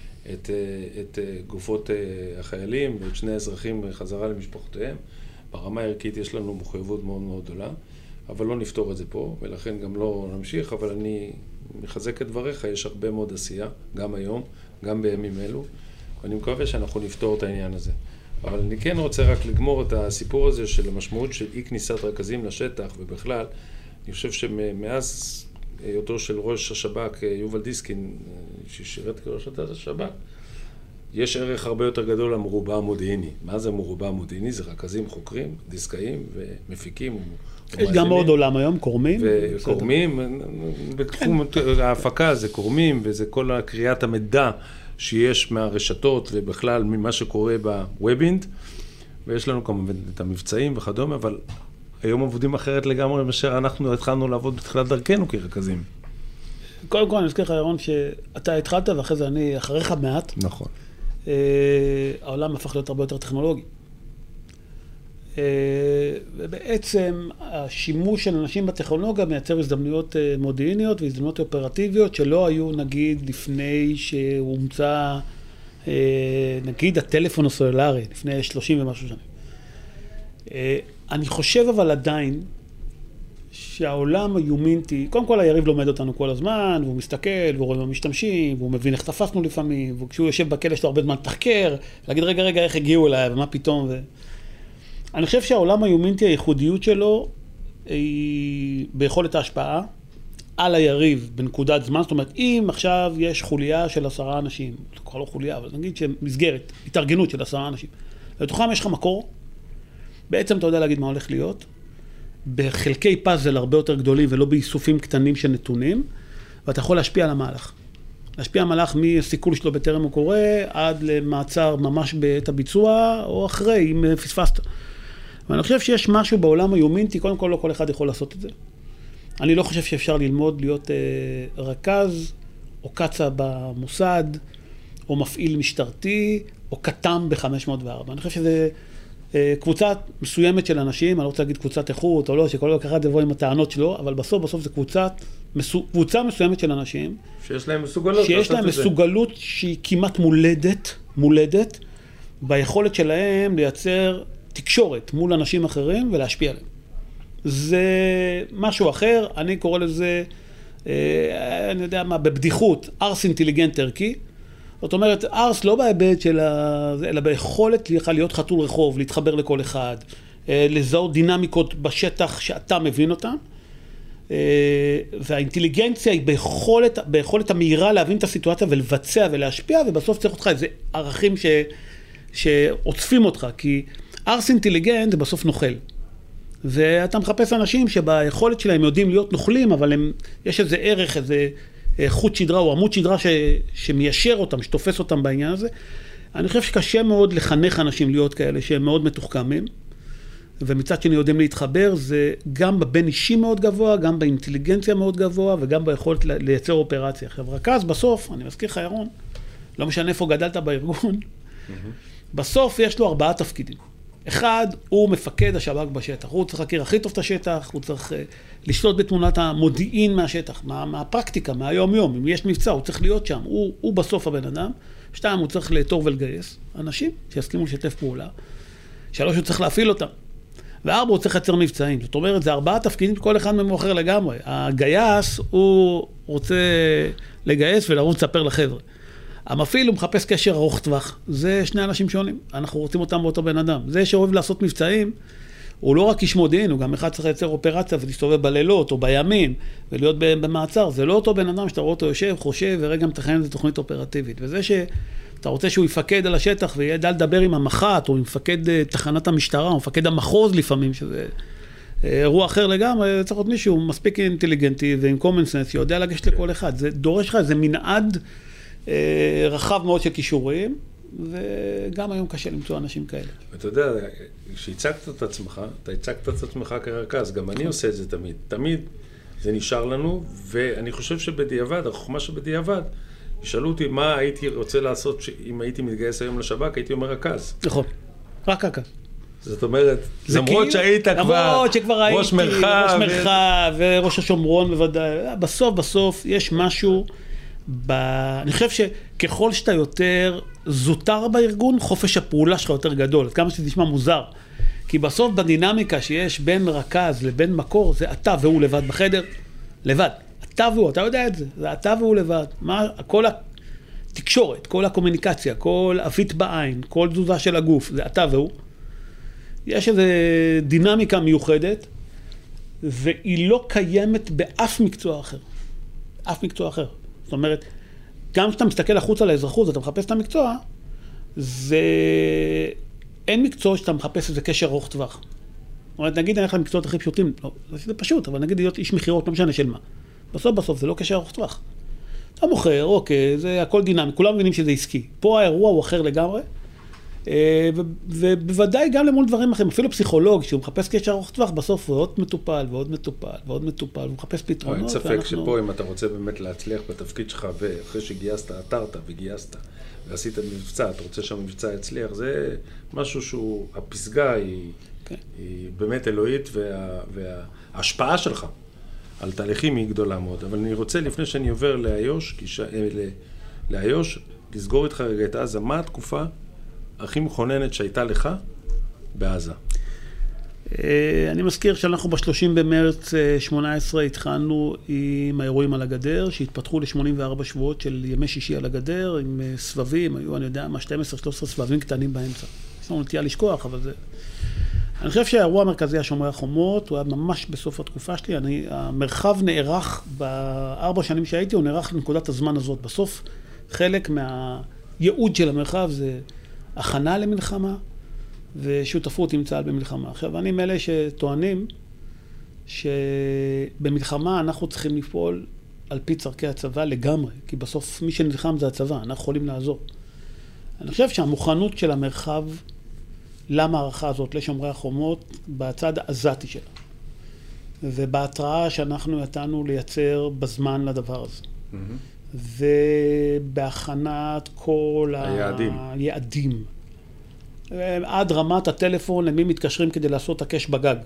את גופות החיילים ואת שני האזרחים חזרה למשפחותיהם. ברמה הערכית יש לנו מחויבות מאוד מאוד גדולה, אבל לא נפתור את זה פה, ולכן גם לא נמשיך, אבל אני מחזק את דבריך, יש הרבה מאוד עשייה, גם היום, גם בימים אלו, ואני מקווה שאנחנו נפתור את העניין הזה. אבל אני כן רוצה רק לגמור את הסיפור הזה של המשמעות של אי כניסת רכזים לשטח, ובכלל, אני חושב שמאז היותו של ראש השב"כ, יובל דיסקין, ששירת כראש השב"כ, יש ערך הרבה יותר גדול למרובע המודיעיני. מה זה מרובע המודיעיני? זה רכזים, חוקרים, דיסקאים ומפיקים. יש גם עוד עולם היום, קורמים. וקורמים, בתחום ההפקה זה קורמים, וזה כל הקריאת המידע שיש מהרשתות ובכלל ממה שקורה בוובינד, ויש לנו כמובן את המבצעים וכדומה, אבל היום עובדים אחרת לגמרי מאשר אנחנו התחלנו לעבוד בתחילת דרכנו כרכזים. קודם כל אני אזכיר לך, ירון, שאתה התחלת ואחרי זה אני אחריך מעט. נכון. העולם הפך להיות הרבה יותר טכנולוגי. ובעצם השימוש של אנשים בטכנולוגיה מייצר הזדמנויות מודיעיניות והזדמנויות אופרטיביות שלא היו נגיד לפני שהומצא נגיד הטלפון הסלולרי, לפני 30 ומשהו שנים. אני חושב אבל עדיין שהעולם היומינטי, קודם כל היריב לומד אותנו כל הזמן, והוא מסתכל, והוא רואה מה משתמשים, והוא מבין איך תפסנו לפעמים, וכשהוא יושב בכלא יש לו הרבה זמן תחקר, להגיד רגע איך הגיעו אליי, ומה פתאום. אני חושב שהעולם היומינטי, הייחודיות שלו, היא ביכולת ההשפעה על היריב בנקודת זמן, זאת אומרת, אם עכשיו יש חוליה של 10 אנשים, כבר לא חוליה, אבל נגיד שמסגרת, התארגנות של 10 אנשים, לתוכם יש לך מקור, בעצם אתה יודע להגיד מה הולך להיות, בחלקי פאזל הרבה יותר גדולים ולא באיסופים קטנים של נתונים, ואתה יכול להשפיע על המהלך. להשפיע על המהלך מהסיכול שלו בטרם הוא קורה, עד למעצר ממש בעת הביצוע, או אחרי, אם פספסת. ואני חושב שיש משהו בעולם היומינטי, קודם כל לא כל אחד יכול לעשות את זה. אני לא חושב שאפשר ללמוד להיות רכז, או קצה במוסד, או מפעיל משטרתי, או קטם ב-504. אני חושב שזה קבוצה מסוימת של אנשים, אני לא רוצה להגיד קבוצת איכות או לא, שכל אחד יבוא עם הטענות שלו, אבל בסוף זה קבוצה מסוימת של אנשים. שיש להם מסוגלות. שיש להם מסוגלות שהיא כמעט מולדת, ביכולת שלהם לייצר תקשורת מול אנשים אחרים ולהשפיע עליהם. זה משהו אחר, אני קורא לזה, אני יודע מה, בבדיחות, ארס אינטליגנט ערכי. זאת אומרת, ארס לא בהיבט של אלא ביכולת להיות חתול רחוב, להתחבר לכל אחד, לזהות דינמיקות בשטח שאתה מבין אותן, והאינטליגנציה היא ביכולת המהירה להבין את הסיטואציה ולבצע ולהשפיע, ובסוף צריך אותך איזה ערכים שעוצפים אותך, כי ארס אינטליגנט זה בסוף נוכל. ואתה מחפש אנשים שביכולת שלהם יודעים להיות נוכלים, אבל יש איזה ערך, איזה חוט שדרה או עמוד שדרה שמיישר אותם, שתופס אותם בעניין הזה. אני חושב שקשה מאוד לחנך אנשים להיות כאלה שהם מאוד מתוחכמים, ומצד שני יודעים להתחבר, זה גם בבין אישי מאוד גבוה, גם באינטליגנציה מאוד גבוה, וגם ביכולת לייצר אופרציה. עכשיו, רכז בסוף, אני מזכיר לך ירון, לא משנה איפה גדלת בארגון, בסוף יש לו 4 תפקידים. אחד, הוא מפקד השב"כ בשטח, הוא צריך להכיר הכי טוב את השטח, הוא צריך לשלוט בתמונת המודיעין מהשטח, מהפרקטיקה, מהיום-יום, אם יש מבצע, הוא צריך להיות שם, הוא בסוף הבן אדם. 2, הוא צריך לאתור ולגייס אנשים שיסכימו לשתף פעולה. 3, הוא צריך להפעיל אותם. 4, הוא צריך לייצר מבצעים. זאת אומרת, זה 4 תפקידים, כל אחד מהם אחר לגמרי. הגייס, הוא רוצה לגייס ולרוץ לספר לחבר'ה. המפעיל, הוא מחפש קשר ארוך טווח. זה 2 אנשים שונים. אנחנו רוצים אותם באותו בן אדם. זה שאוהב לעשות מבצעים, הוא לא רק איש מודיעין, הוא גם אחד צריך לייצר אופרציה ולהסתובב בלילות או בימים ולהיות במעצר. זה לא אותו בן אדם שאתה רואה אותו יושב, חושב ורגע מתכנן איזו תוכנית אופרטיבית. וזה שאתה רוצה שהוא יפקד על השטח וידע לדבר עם המח"ט או עם מפקד תחנת המשטרה או מפקד המחוז לפעמים, שזה אירוע אחר לגמרי, צריך להיות מישהו מספיק אינטליגנטי ועם common sense, שיודע לגשת לכל אחד. זה דורש לך, זה מנעד רחב מאוד של כישורים, וגם היום קשה למצוא אנשים כאלה. ואתה יודע, כשהצגת את עצמך, אתה הצגת את עצמך כרכז, גם אני עושה את זה תמיד. תמיד זה נשאר לנו, ואני חושב שבדיעבד, החוכמה שבדיעבד, ישאלו אותי מה הייתי רוצה לעשות אם הייתי מתגייס היום לשב"כ, הייתי אומר רכז. נכון, רק רכז. זאת אומרת, למרות שהיית כבר ראש מרחב וראש השומרון בוודאי, בסוף יש משהו, אני חושב שככל שאתה יותר זוטר בארגון, חופש הפעולה שלך יותר גדול, כמה שזה נשמע מוזר, כי בסוף בדינמיקה שיש בין רכז לבין מקור, זה אתה והוא לבד בחדר, לבד, אתה והוא, אתה יודע את זה, זה אתה והוא לבד, כל התקשורת, כל הקומוניקציה, כל אבית בעין, כל תזוזה של הגוף, זה אתה והוא, יש איזו דינמיקה מיוחדת, והיא לא קיימת באף מקצוע אחר, אף מקצוע אחר. זאת אומרת, גם כשאתה מסתכל החוצה לאזרחות, אתה מחפש את המקצוע, אין מקצוע שאתה מחפש איזה קשר ארוך טווח. זאת אומרת, נגיד, אני הולך למקצועות הכי פשוטים, לא, זה פשוט, אבל נגיד להיות איש מכירות, לא משנה של מה. בסוף זה לא קשר ארוך טווח. אתה מוכר, אוקיי, זה הכל דינמי, כולם מבינים שזה עסקי. פה האירוע הוא אחר לגמרי, ובוודאי גם למול דברים אחרים, אפילו פסיכולוג, שהוא מחפש קשר ארוך טווח, בסוף הוא עוד מטופל ועוד מטופל ועוד מטופל, הוא מחפש פתרונות. אין ספק שפה אם אתה רוצה באמת להצליח בתפקיד שלך, ואחרי שגייסת, עתרת וגייסת, ועשית מבצע, אתה רוצה שהמבצע יצליח, זה משהו שהוא, הפסגה היא באמת אלוהית, וההשפעה שלך על תהליכים היא גדולה מאוד. אבל אני רוצה, לפני שאני עובר לאיו"ש, לסגור איתך רגע את עזה, מה התקופה הכי מכוננת שהייתה לך בעזה? אני מזכיר שאנחנו ב-30 במרץ 18 התחלנו עם האירועים על הגדר, שהתפתחו ל-84 שבועות של ימי שישי על הגדר, עם סבבים, היו, אני יודע, 12-13 סבבים קטנים באמצע. יש לנו נטייה לשכוח, אבל זה... אני חושב שהאירוע המרכזי השומרי החומות, הוא היה ממש בסוף התקופה שלי. המרחב נערך, ב4 שנים שהייתי, הוא נערך לנקודת הזמן הזאת. בסוף, חלק מהייעוד של המרחב זה הכנה למלחמה, ושותפות עם צה"ל במלחמה. עכשיו, אני מאלה שטוענים שבמלחמה אנחנו צריכים לפעול על פי צרכי הצבא לגמרי, כי בסוף מי שנלחם זה הצבא, אנחנו יכולים לעזור. אני חושב שהמוכנות של המרחב למערכה הזאת, לשומרי החומות, בצד העזתי שלה. ובהתראה שאנחנו נתנו לייצר בזמן לדבר הזה. ובהכנת כל היעדים. עד רמת הטלפון, למי מתקשרים כדי לעשות הקש בגג.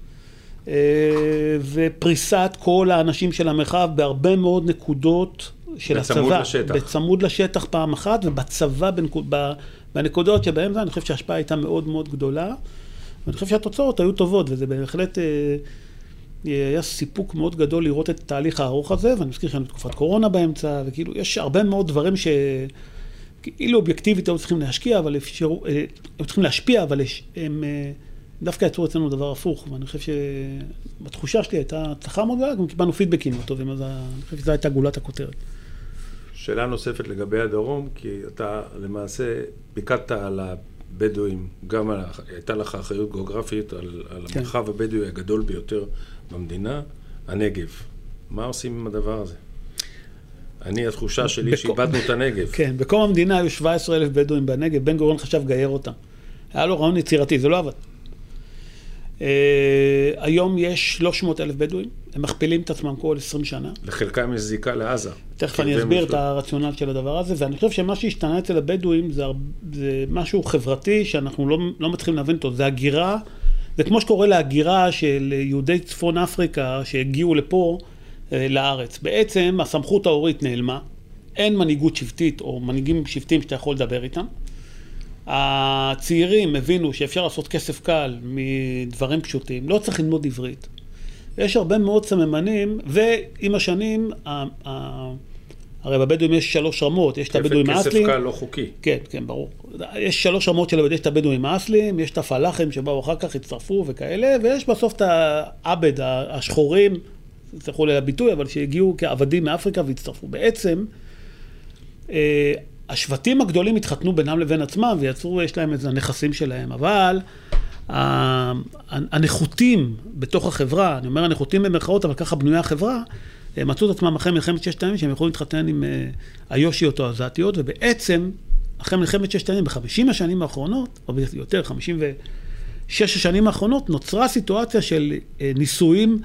ופריסת כל האנשים של המרחב בהרבה מאוד נקודות של הצבא. בצמוד לשטח פעם אחת, ובצבא בנקודות שבהם זה, אני חושב שההשפעה הייתה מאוד מאוד גדולה, ואני חושב שהתוצאות היו טובות, וזה בהחלט היה סיפוק מאוד גדול לראות את התהליך הארוך הזה, ואני מזכיר שאני בתקופת קורונה באמצע, וכאילו יש הרבה מאוד דברים שכאילו אובייקטיבית היו צריכים להשקיע, אבל היו צריכים להשפיע, אבל הם דווקא יצרו אצלנו דבר הפוך, ואני חושב שבתחושה שלי הייתה הצלחה מאוד גדולה, גם קיבלנו פידבקים טובים, אז אני חושב שזו הייתה גולת הכותרת. שאלה נוספת לגבי הדרום, כי אתה למעשה פיקדת על הבדואים, גם הייתה לך אחריות גיאוגרפית על המרחב הבדואי הגדול ביותר במדינה, הנגב. מה עושים עם הדבר הזה? התחושה שלי שאיבדנו את הנגב. כן, בקום המדינה היו 17,000 בדואים בנגב, בן גוריון חשב גייר אותם. היה לו רעיון יצירתי, זה לא עבד. היום יש 300,000 בדואים, הם מכפילים את עצמם כל 20 שנה. לחלקם יש זיקה לעזה. תכף אני אסביר את הרציונל של הדבר הזה, ואני חושב שמה שהשתנה אצל הבדואים זה משהו חברתי שאנחנו לא מצליחים להבין אותו, זה הגירה, זה כמו שקורה להגירה של יהודי צפון אפריקה שהגיעו לפה לארץ. בעצם הסמכות ההורית נעלמה, אין מנהיגות שבטית או מנהיגים שבטים שאתה יכול לדבר איתם. הצעירים הבינו שאפשר לעשות כסף קל מדברים פשוטים, לא צריך ללמוד עברית. יש הרבה מאוד סממנים, ועם השנים, הרי בבדואים יש 3 רמות, יש את הבדואים האסלים. כסף קל לא חוקי. כן, כן, ברור. יש 3 רמות של הבדואים, יש את הבדואים האסלים, יש את הפלאחים שבאו אחר כך, הצטרפו וכאלה, ויש בסוף את העבד, השחורים, תצטרכו לביטוי, אבל שהגיעו כעבדים מאפריקה והצטרפו. בעצם, השבטים הגדולים התחתנו בינם לבין עצמם, ויצרו, יש להם איזה נכסים שלהם, אבל הנחותים בתוך החברה, אני אומר הנחותים במרכאות, אבל ככה בנויה החברה, מצאו את עצמם אחרי מלחמת 6 הימים, שהם יכולים להתחתן עם היושיות או הזעתיות, ובעצם, אחרי מלחמת 6 הימים, ב-50 השנים האחרונות, או יותר, 56 השנים האחרונות, נוצרה סיטואציה של נישואים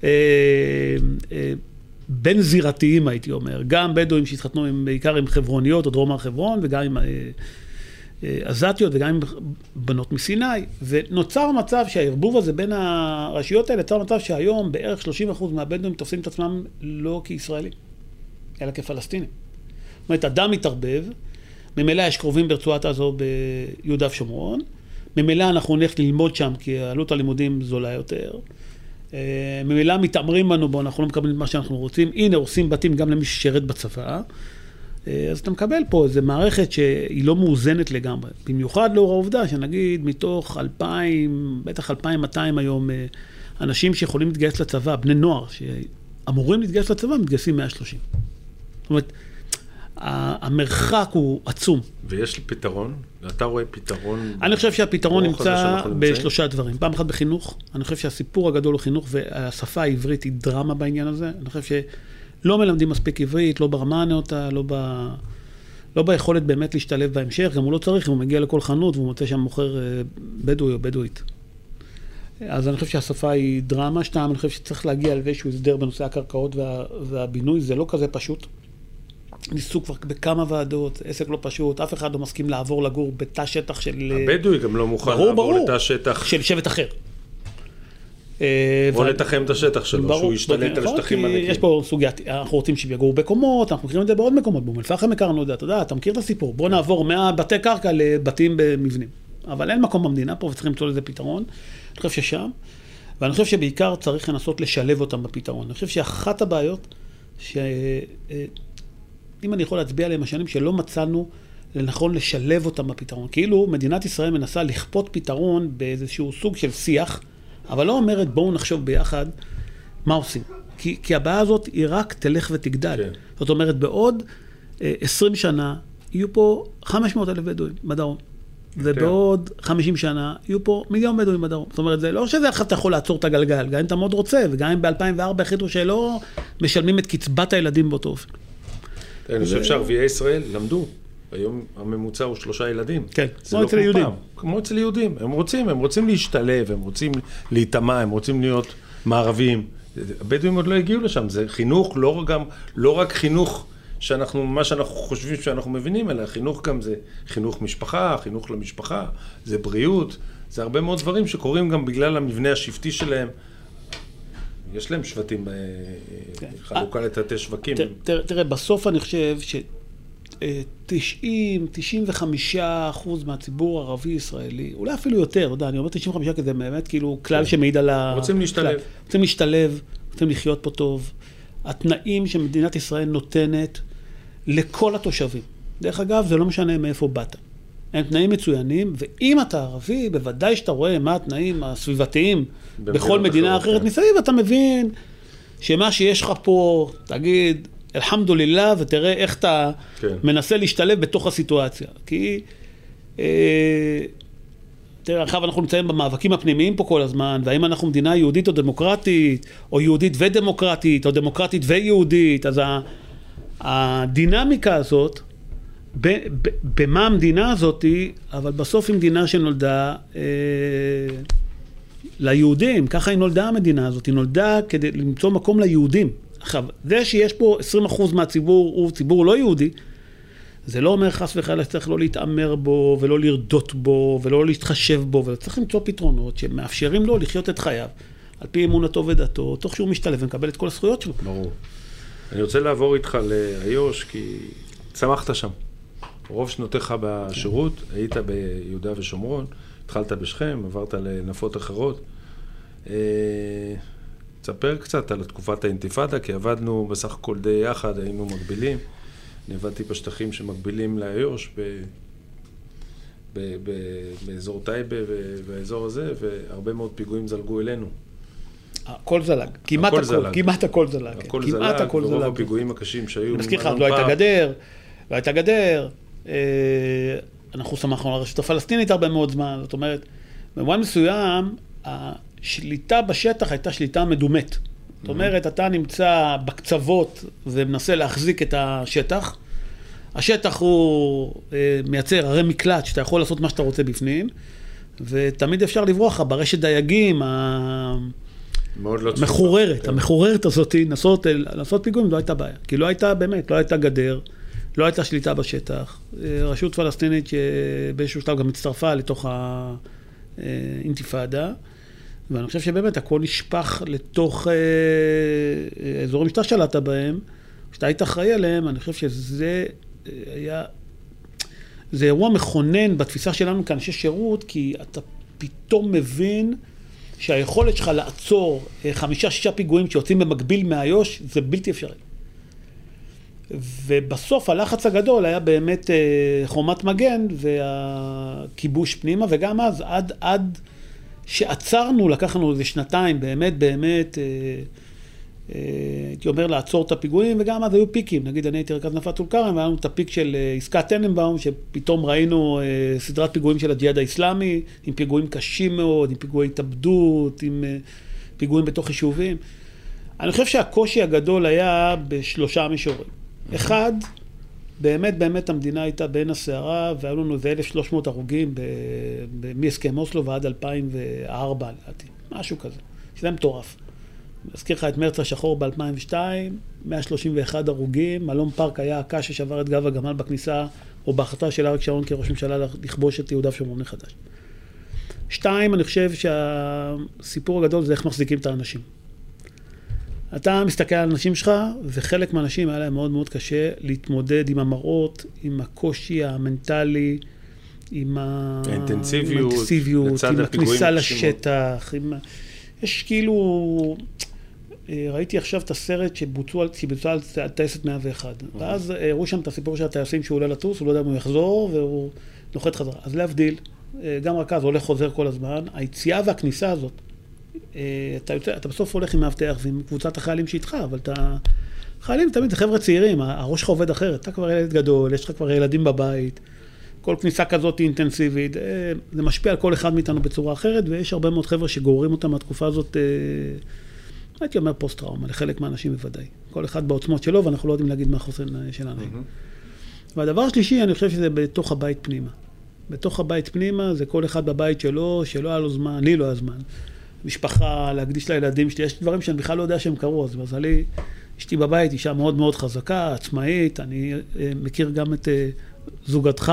בין זירתיים, הייתי אומר, גם בדואים שהתחתנו בעיקר עם חברוניות או דרום הר חברון, וגם עם עזתיות וגם עם בנות מסיני, ונוצר מצב שהערבוב הזה בין הרשויות האלה, נוצר מצב שהיום בערך 30% מהבדואים תופסים את עצמם לא כישראלים, אלא כפלסטינים. זאת אומרת, אדם מתערבב, ממילא יש קרובים ברצועת הזו ביהודה ושומרון, ממילא אנחנו נלך ללמוד שם, כי עלות הלימודים זולה יותר, ממילא מתאמרים בנו בו, אנחנו לא מקבלים את מה שאנחנו רוצים, הנה עושים בתים גם למי ששרת בצבא, אז אתה מקבל פה איזו מערכת שהיא לא מאוזנת לגמרי, במיוחד לאור העובדה שנגיד מתוך 2,000, בטח 2,200 היום אנשים שיכולים להתגייס לצבא, בני נוער שאמורים להתגייס לצבא, מתגייסים 130. זאת אומרת, המרחק הוא עצום. ויש פתרון? אתה רואה פתרון? אני חושב שהפתרון נמצא בשלושה דברים. פעם אחת בחינוך, אני חושב שהסיפור הגדול הוא חינוך, והשפה העברית היא דרמה בעניין הזה. אני חושב שלא מלמדים מספיק עברית, לא ברמה הנאותה, לא ביכולת באמת להשתלב בהמשך, גם הוא לא צריך, אם הוא מגיע לכל חנות והוא מוצא שם מוכר בדואי או בדואית. אז אני חושב שהשפה היא דרמה. 2, אני חושב שצריך להגיע על איזשהו הסדר בנושא הקרקעות והבינוי, זה לא כזה פשוט. ניסו כבר בכמה ועדות, עסק לא פשוט, אף אחד לא מסכים לעבור לגור בתא שטח של... הבדואי גם לא מוכן לעבור לתא שטח... של שבט אחר. או לתחם את השטח שלו, שהוא ישתלט על השטחים ענקים. יש פה סוגיה, אנחנו רוצים שיגורו בקומות, אנחנו מכירים את זה בעוד מקומות, באום אל-פחם הכרנו את זה, אתה מכיר את הסיפור, בוא נעבור מהבתי קרקע לבתים במבנים. אבל אין מקום במדינה פה וצריכים למצוא לזה פתרון. אני חושב ששם, ואני חושב שבעיקר צריך לנסות לשלב אותם בפתרון. אני חושב שאחת הבעיות אם אני יכול להצביע עליהם השנים שלא מצאנו לנכון לשלב אותם בפתרון. כאילו מדינת ישראל מנסה לכפות פתרון באיזשהו סוג של שיח, אבל לא אומרת בואו נחשוב ביחד מה עושים. כי הבעיה הזאת היא רק תלך ותגדל. כן. זאת אומרת, בעוד 20 שנה יהיו פה 500,000 בדואים בדרום. ובעוד 50 שנה יהיו פה 1,000,000 בדואים בדרום. זאת אומרת, זה לא שזה אחד אתה יכול לעצור את הגלגל, גם אם אתה מאוד רוצה, וגם אם ב-2004 החליטו שלא משלמים את קצבת הילדים באותו אופן. אני חושב שערביי ישראל למדו. היום הממוצע הוא 3 ילדים. כן, כמו אצל יהודים. כמו אצל יהודים. הם רוצים להשתלב, הם רוצים להיטמע, הם רוצים להיות מערבים. הבדואים עוד לא הגיעו לשם. זה חינוך, לא רק חינוך מה שאנחנו חושבים שאנחנו מבינים, אלא חינוך גם זה חינוך משפחה, חינוך למשפחה, זה בריאות, זה הרבה מאוד דברים שקורים גם בגלל המבנה השבטי שלהם. יש להם שבטים חלוקה לתתי שווקים. תראה, בסוף אני חושב ש-90-95% מהציבור הערבי-ישראלי, אולי אפילו יותר, אני אומר 95% כי זה באמת כאילו כלל שמעיד על רוצים להשתלב. רוצים להשתלב, רוצים לחיות פה טוב. התנאים שמדינת ישראל נותנת לכל התושבים. דרך אגב, זה לא משנה מאיפה באת. הם תנאים מצוינים, ואם אתה ערבי, בוודאי שאתה רואה מה התנאים הסביבתיים בכל מדינה אחרת מסביב, אתה מבין שמה שיש לך פה, תגיד, אלחמדולillah, ותראה איך אתה מנסה להשתלב בתוך הסיטואציה. כי, תראה, עכשיו אנחנו נמצאים במאבקים הפנימיים פה כל הזמן, והאם אנחנו מדינה יהודית או דמוקרטית, או יהודית ודמוקרטית, או דמוקרטית ויהודית, אז הדינמיקה הזאת, במה המדינה הזאת, אבל בסוף היא מדינה שנולדה ליהודים, ככה היא נולדה המדינה הזאת, היא נולדה כדי למצוא מקום ליהודים. עכשיו, זה שיש פה 20% מהציבור הוא ציבור לא יהודי, זה לא אומר חס וחלילה שצריך לא להתאמר בו, ולא לרדות בו, ולא להתחשב בו, וצריך למצוא פתרונות שמאפשרים לו לחיות את חייו, על פי אמונתו ודתו, תוך שהוא משתלב ומקבל את כל הזכויות שלו. ברור. אני רוצה לעבור איתך לאיו"ש, כי צמחת שם. רוב שנותיך בשירות, היית ביהודה ושומרון, התחלת בשכם, עברת לנפות אחרות. תספר קצת על תקופת האינתיפאדה, כי עבדנו בסך הכל די יחד, היינו מקבילים. אני עבדתי בשטחים שמקבילים לאיו"ש, באזור טייבה ובאזור הזה, והרבה מאוד פיגועים זלגו אלינו. הכל זלג, כמעט הכל זלג. הכל זלג, ורוב הפיגועים הקשים שהיו... אני מזכיר לך, לא הייתה גדר, אנחנו שמחנו על הרשות הפלסטינית הרבה מאוד זמן, זאת אומרת, במובן מסוים, השליטה בשטח הייתה שליטה מדומת. זאת אומרת, אתה נמצא בקצוות ומנסה להחזיק את השטח. השטח הוא מייצר הרי מקלט שאתה יכול לעשות מה שאתה רוצה בפנים, ותמיד אפשר לברוח ברשת דייגים המחוררת הזאת, לעשות פיגועים, לא הייתה בעיה. כי לא הייתה באמת, לא הייתה גדר, לא הייתה שליטה בשטח. רשות פלסטינית שבאיזשהו שלב גם הצטרפה לתוך האינתיפאדה, ואני חושב שבאמת הכל נשפך לתוך אזורים שאתה שלטת בהם, שאתה היית אחראי עליהם. אני חושב שזה היה, זה אירוע מכונן בתפיסה שלנו כאנשי שירות, כי אתה פתאום מבין שהיכולת שלך לעצור 5-6 פיגועים שיוצאים במקביל מאיו"ש, זה בלתי אפשרי. ובסוף הלחץ הגדול היה באמת חומת מגן והכיבוש פנימה, וגם אז עד שעצרנו, לקחנו איזה שנתיים, באמת, הייתי אומר לעצור את הפיגועים, וגם אז היו פיקים. נגיד, אני הייתי רכז נפת טול כרם, והיה לנו את הפיק של עסקת טננבאום, שפתאום ראינו סדרת פיגועים של הג'יהאד האסלאמי, עם פיגועים קשים מאוד, עם פיגועי התאבדות, עם פיגועים בתוך יישובים. אני חושב שהקושי הגדול היה בשלושה מישורים. אחד, באמת המדינה הייתה בין הסערה, והיו לנו איזה 1,300 הרוגים מהסכם אוסלו ועד 2004, לדעתי. משהו כזה. שזה מטורף. אזכיר לך את מרץ השחור ב-2002, 131 הרוגים, מלון פארק היה הקש ששבר את גב הגמל בכניסה, או בהחלטה של אריק שרון כראש ממשלה לכבוש את יהודה ושומרון מחדש. 2, אני חושב שהסיפור הגדול זה איך מחזיקים את האנשים. אתה מסתכל על האנשים שלך, וחלק מהאנשים היה להם מאוד מאוד קשה להתמודד עם המראות, עם הקושי המנטלי, עם האינטנסיביות, עם הכניסה לשטח, יש כאילו, ראיתי עכשיו את הסרט שבוצעו על טייסת 101, ואז הראו שם את הסיפור של הטייסים שהוא עולה לטוס, הוא לא יודע אם הוא יחזור, והוא נוחת חזרה. אז להבדיל, גם רכז הולך חוזר כל הזמן, היציאה והכניסה הזאת, אתה בסוף הולך עם מאבטח ועם קבוצת החיילים שאיתך, אבל חיילים תמיד זה חבר'ה צעירים, הראש שלך עובד אחרת, אתה כבר ילד גדול, יש לך כבר ילדים בבית, כל כניסה כזאת היא אינטנסיבית, זה משפיע על כל אחד מאיתנו בצורה אחרת, ויש הרבה מאוד חבר'ה שגוררים אותם מהתקופה הזאת, הייתי אומר פוסט-טראומה, לחלק מהאנשים בוודאי. כל אחד בעוצמות שלו, ואנחנו לא יודעים להגיד מה החוסן שלנו. והדבר השלישי, אני חושב שזה בתוך הבית פנימה. בתוך הבית פנימה, זה כל אחד בבית שלו, שלא היה לו זמן, לי לא היה זמן. משפחה, להקדיש לילדים שלי, יש דברים שאני בכלל לא יודע שהם קרו, אז מזלי, אשתי בבית, אישה מאוד מאוד חזקה, עצמאית, אני מכיר גם את זוגתך,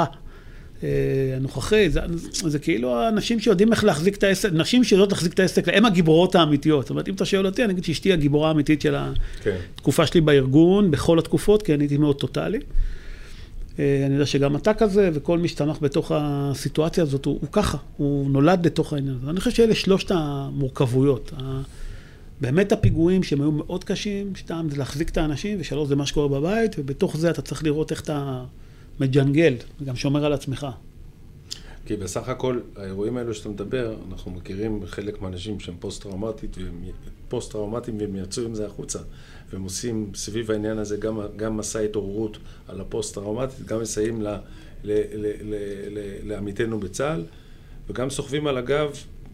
הנוכחי, זה כאילו האנשים שיודעים איך להחזיק את העסק, נשים שיודעות להחזיק את העסק, הם הגיבורות האמיתיות. זאת אומרת, אם אתה שואל אותי, אני אגיד שאשתי הגיבורה האמיתית של התקופה שלי בארגון, בכל התקופות, כי אני הייתי מאוד טוטלי. אני יודע שגם אתה כזה, וכל מי שתמך בתוך הסיטואציה הזאת, הוא ככה, הוא נולד לתוך העניין הזה. אני חושב שאלה שלושת המורכבויות. באמת הפיגועים שהם היו מאוד קשים, 2 זה להחזיק את האנשים, ו3 זה מה שקורה בבית, ובתוך זה אתה צריך לראות איך אתה מג'נגל, וגם שומר על עצמך. כי בסך הכל, האירועים האלו שאתה מדבר, אנחנו מכירים חלק מהאנשים שהם פוסט-טראומטיים, והם יצאו עם זה החוצה, והם עושים סביב העניין הזה גם מסע התעוררות על הפוסט-טראומטית, גם מסייעים לעמיתנו בצה"ל, וגם סוחבים על הגב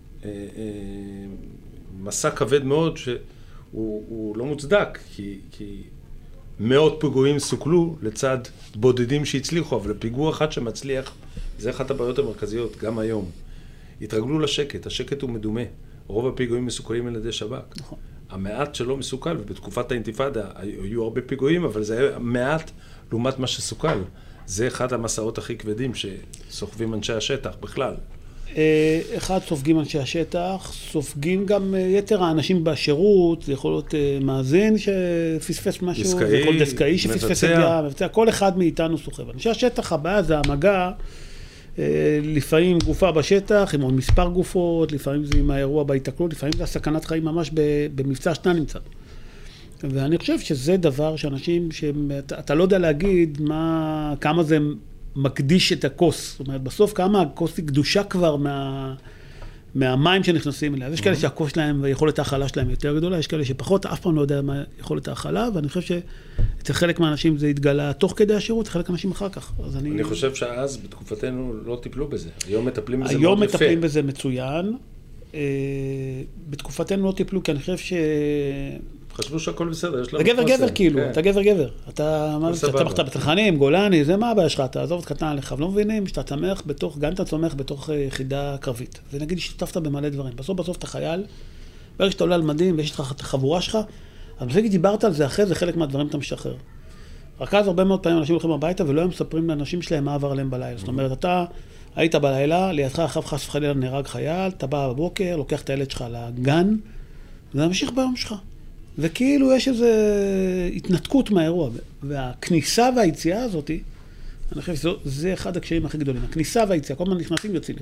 מסע כבד מאוד שהוא לא מוצדק, כי מאות פיגועים סוכלו לצד בודדים שהצליחו, אבל פיגוע אחד שמצליח, זה אחת הבעיות המרכזיות, גם היום. התרגלו לשקט, השקט הוא מדומה. רוב הפיגועים מסוכלים על ידי שב"כ. נכון. המעט שלא מסוכל, ובתקופת האינתיפאדה היו הרבה פיגועים, אבל זה היה מעט לעומת מה שסוכל. זה אחד המסעות הכי כבדים שסוחבים אנשי השטח בכלל. אחד, סופגים אנשי השטח, סופגים גם יתר האנשים בשירות, זה יכול להיות מאזין שפספס משהו, זה יכול להיות דסקאי שפספס ידיעה, מבצע, כל אחד מאיתנו סוחב. אנשי השטח הבא זה המגע, לפעמים גופה בשטח, עם עוד מספר גופות, לפעמים זה עם האירוע בהתקלות, לפעמים זה הסכנת חיים ממש במבצע שאתה נמצא. ואני חושב שזה דבר שאנשים, אתה לא יודע להגיד כמה זה מקדיש את הכוס. זאת אומרת, בסוף כמה הכוס היא קדושה כבר מהמים שנכנסים אליה. יש כאלה שהכוס שלהם ויכולת ההאכלה שלהם יותר גדולה, יש כאלה שפחות, אף פעם לא יודע מה יכולת ההאכלה, ואני חושב שאצל חלק מהאנשים זה התגלה תוך כדי השירות, חלק מהאנשים אחר כך. אני חושב שאז בתקופתנו לא טיפלו בזה. היום מטפלים בזה מאוד יפה. היום מטפלים בזה מצוין. בתקופתנו לא טיפלו, כי אני חושב חשבו שהכל בסדר, יש לנו... אתה גבר כאילו, אתה גבר. אתה צמחת בתחנים, גולני, זה מה הבעיה שלך? אתה עזוב את קטן עליך, לא מבינים שאתה צמח בתוך, גם אתה צומח בתוך יחידה קרבית. ונגיד שתפת במלא דברים. בסוף אתה חייל, ברגע שאתה עולה על מדים ויש לך את החבורה שלך, אז בסדר דיברת על זה אחרי, זה חלק מהדברים אתה משחרר. רק אז הרבה מאוד פעמים אנשים הולכים הביתה ולא הם מספרים לאנשים שלהם מה עבר עליהם בלילה. זאת אומרת, אתה היית בלילה, לידך אחר חס וחלילה נהרג חייל, אתה בא בבוקר, לוקח את הילד שלך לגן, וממשיך ביום שלך. וכאילו יש איזו התנתקות מהאירוע, והכניסה והיציאה הזאת, אני חושב שזה אחד הקשיים הכי גדולים, הכניסה והיציאה, כל הזמן נכנסים יוצאים.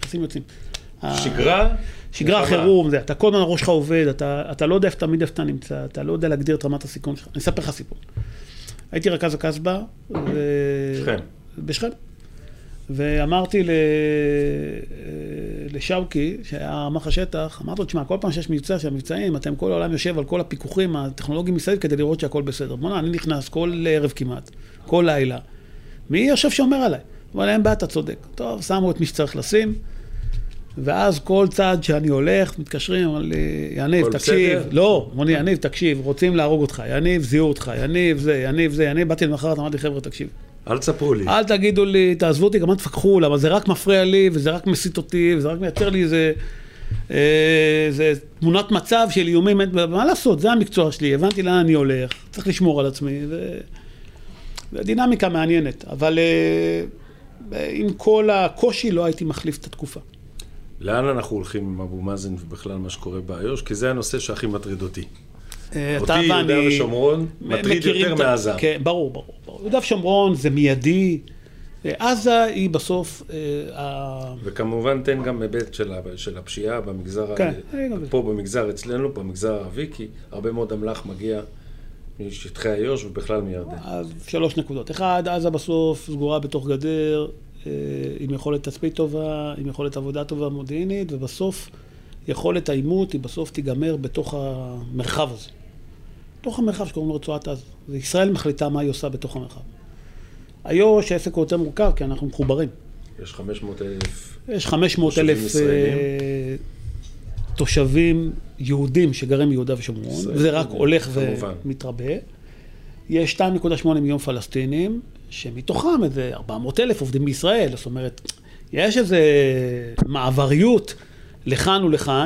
שגרה חירום, אתה כל הזמן הראש שלך עובד, אתה לא יודע תמיד איפה אתה נמצא, אתה לא יודע להגדיר את רמת הסיכון שלך. אני אספר לך סיפור. הייתי רכז הקסבה, בשכם. ואמרתי לשאוקי, שהיה רמ"ח השטח, אמרתי לו, תשמע, כל פעם שיש מבצע, שהמבצעים, אתם כל העולם יושב על כל הפיקוחים הטכנולוגיים מסביב כדי לראות שהכל בסדר. בוא'נה, אני נכנס כל ערב כמעט, כל לילה. מי יושב שאומר עליי? אבל אין בעיה, אתה צודק. טוב, שמו את מי שצריך לשים, ואז כל צעד שאני הולך, מתקשרים, אמר לי, יניב, תקשיב. לא, אמרו לי, יניב, תקשיב, רוצים להרוג אותך, יניב, זיהו אותך, יניב זה, יניב, באתי למחרת, אמרתי, חבר'ה, תקשיב. אל תספרו לי. אל תגידו לי, תעזבו אותי, גם אל תפקחו, למה זה רק מפריע לי, וזה רק מסית אותי, וזה רק מייצר לי איזה תמונת מצב של איומים, מה לעשות, זה המקצוע שלי, הבנתי לאן אני הולך, צריך לשמור על עצמי, ודינמיקה מעניינת, אבל עם כל הקושי לא הייתי מחליף את התקופה. לאן אנחנו הולכים עם אבו מאזן ובכלל מה שקורה באיו"ש? כי זה הנושא שהכי מטריד אותי. אותי יהודה ושומרון מטריד יותר מעזה. כן, ברור. יהודה ושומרון זה מיידי. עזה היא בסוף... וכמובן תן גם היבט של הפשיעה במגזר, פה במגזר אצלנו, במגזר הערבי, כי הרבה מאוד אמל"ח מגיע משטחי איו"ש ובכלל מירדן. אז 3 נקודות. אחד, עזה בסוף סגורה בתוך גדר, עם יכולת תצפית טובה, עם יכולת עבודה טובה מודיעינית, ובסוף יכולת האימות היא בסוף תיגמר בתוך המרחב הזה. בתוך המרחב שקוראים לו רצועת עזה. וישראל מחליטה מה היא עושה בתוך המרחב. איו"ש העסק הוא יותר מורכב, כי אנחנו מחוברים. יש 500,000... יש 500,000 תושבים יהודים שגרים ביהודה ושומרון, וזה רק הולך ומתרבה. יש 2.8 מיליון פלסטינים, שמתוכם איזה 400,000 עובדים בישראל. זאת אומרת, יש איזה מעבריות לכאן ולכאן.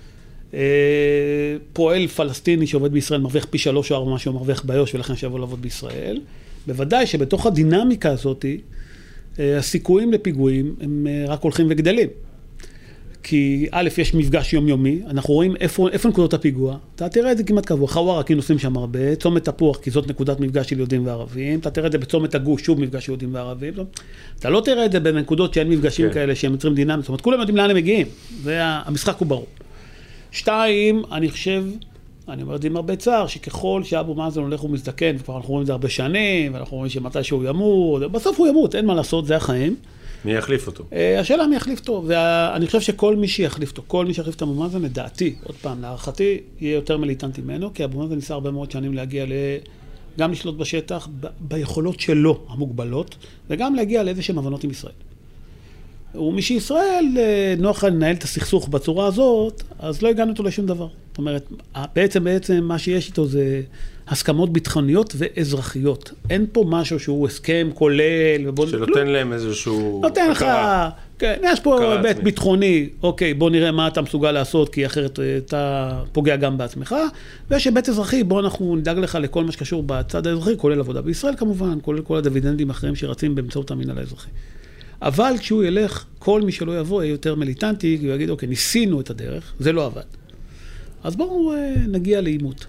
פועל פלסטיני שעובד בישראל מרוויח פי 3 או 4 מה שהוא מרוויח באיו"ש, ולכן שיבוא לעבוד בישראל. בוודאי שבתוך הדינמיקה הזאת, הסיכויים לפיגועים הם רק הולכים וגדלים. כי א', יש מפגש יומיומי, אנחנו רואים איפה נקודות הפיגוע, אתה תראה את זה כמעט קבוע, חווארה כי נוסעים שם הרבה, צומת תפוח כי זאת נקודת מפגש של יהודים וערבים, אתה תראה את זה בצומת הגוש, שוב מפגש יהודים וערבים, אתה לא תראה את זה בנקודות שאין מפגשים כאלה שהם יוצרים דינמיים, זאת אומרת, כולם יודעים לאן הם מגיעים, המשחק הוא ברור. 2, אני חושב, אני אומר את זה עם הרבה צער, שככל שאבו מאזן הולך ומזדקן, וכבר אנחנו רואים את זה הרבה שנים, ואנחנו רואים שמתי שהוא ימות, בסוף הוא ימות, אין מה לעשות, זה החיים. מי יחליף אותו? השאלה מי יחליף אותו, ואני חושב שכל מי שיחליף אותו, כל מי שיחליף את אבו מאזן, לדעתי, עוד פעם, להערכתי, יהיה יותר מיליטנטי ממנו, כי אבו מאזן ניסה הרבה מאוד שנים להגיע גם לשלוט בשטח, ביכולות שלו המוגבלות, וגם להגיע לאיזשהם הבנות עם ישראל. ומשישראל נוח לנהל את הסכסוך בצורה הזאת, אז לא הגענו אותו לשום דבר. זאת אומרת, בעצם מה שיש איתו זה הסכמות ביטחוניות ואזרחיות. אין פה משהו שהוא הסכם כולל. שנותן להם איזשהו... נותן לך כן, יש פה היבט ביטחוני, אוקיי, בוא נראה מה אתה מסוגל לעשות, כי אחרת אתה פוגע גם בעצמך, ויש היבט אזרחי, בוא אנחנו נדאג לך לכל מה שקשור בצד האזרחי, כולל עבודה בישראל כמובן, כולל כל הדיבידנדים האחרים שרצים באמצעות המינהל האזרחי. אבל כשהוא ילך, כל מי שלא יבוא יהיה יותר מיליטנטי, כי הוא יגיד, אוקיי, ניסינו את הדרך, זה לא עבד. אז בואו נגיע לאימות.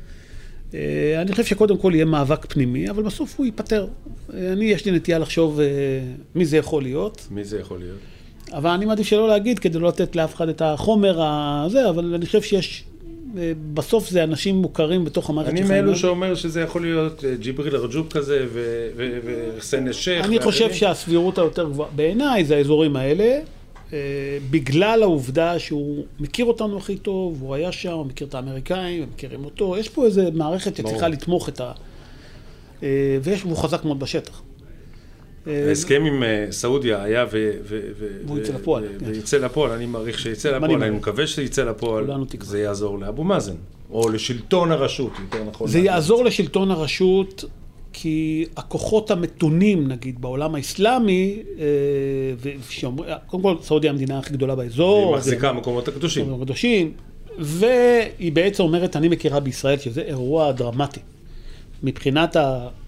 אני חושב שקודם כל יהיה מאבק פנימי, אבל בסוף הוא ייפטר. יש לי נטייה לחשוב מי זה יכול להיות. מי זה יכול להיות? אבל אני מעדיף שלא להגיד, כדי לא לתת לאף אחד את החומר הזה, אבל אני חושב שיש, בסוף זה אנשים מוכרים בתוך המערכת אני מאלו שאומר שזה יכול להיות ג'יבריל רג'וב כזה, וחסן א-שייח. אני חושב שהסבירות היותר גבוהה, בעיניי זה האזורים האלה, בגלל העובדה שהוא מכיר אותנו הכי טוב, הוא היה שם, הוא מכיר את האמריקאים, הם מכירים אותו, יש פה איזו מערכת שצריכה לתמוך את והוא חזק מאוד בשטח. ההסכם עם סעודיה היה והוא יצא לפועל. ויצא לפועל, אני מעריך שיצא לפועל, אני מקווה שיצא לפועל, זה יעזור לאבו מאזן, או לשלטון הרשות, יותר נכון. זה יעזור לשלטון הרשות, כי הכוחות המתונים, נגיד, בעולם האסלאמי, קודם כל, סעודיה המדינה הכי גדולה באזור. היא מחזיקה המקומות הקדושים. והיא בעצם אומרת, אני מכירה בישראל שזה אירוע דרמטי. מבחינת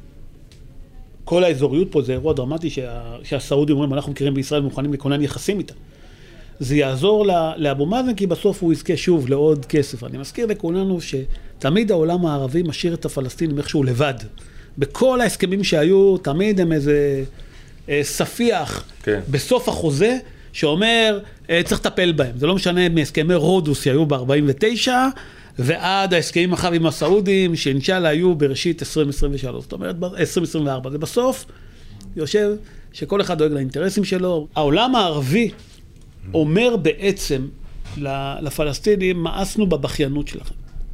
כל האזוריות פה זה אירוע דרמטי שהסעודים אומרים, אנחנו מכירים בישראל ומוכנים לכונן יחסים איתה. זה יעזור לאבו מאזן, כי בסוף הוא יזכה שוב לעוד כסף. אני מזכיר לכולנו שתמיד העולם הערבי משאיר את הפלסטינים איכשהו לבד. בכל ההסכמים שהיו, תמיד הם איזה ספיח בסוף החוזה, שאומר, צריך לטפל בהם. זה לא משנה מהסכמי רודוס שהיו ב-49, ועד ההסכמים אחר עם הסעודים, שאינשאללה היו בראשית 2023, זאת אומרת, 2024. זה בסוף יושב שכל אחד דואג לאינטרסים שלו. העולם הערבי אומר בעצם לפלסטינים, מאסנו בבכיינות שלכם.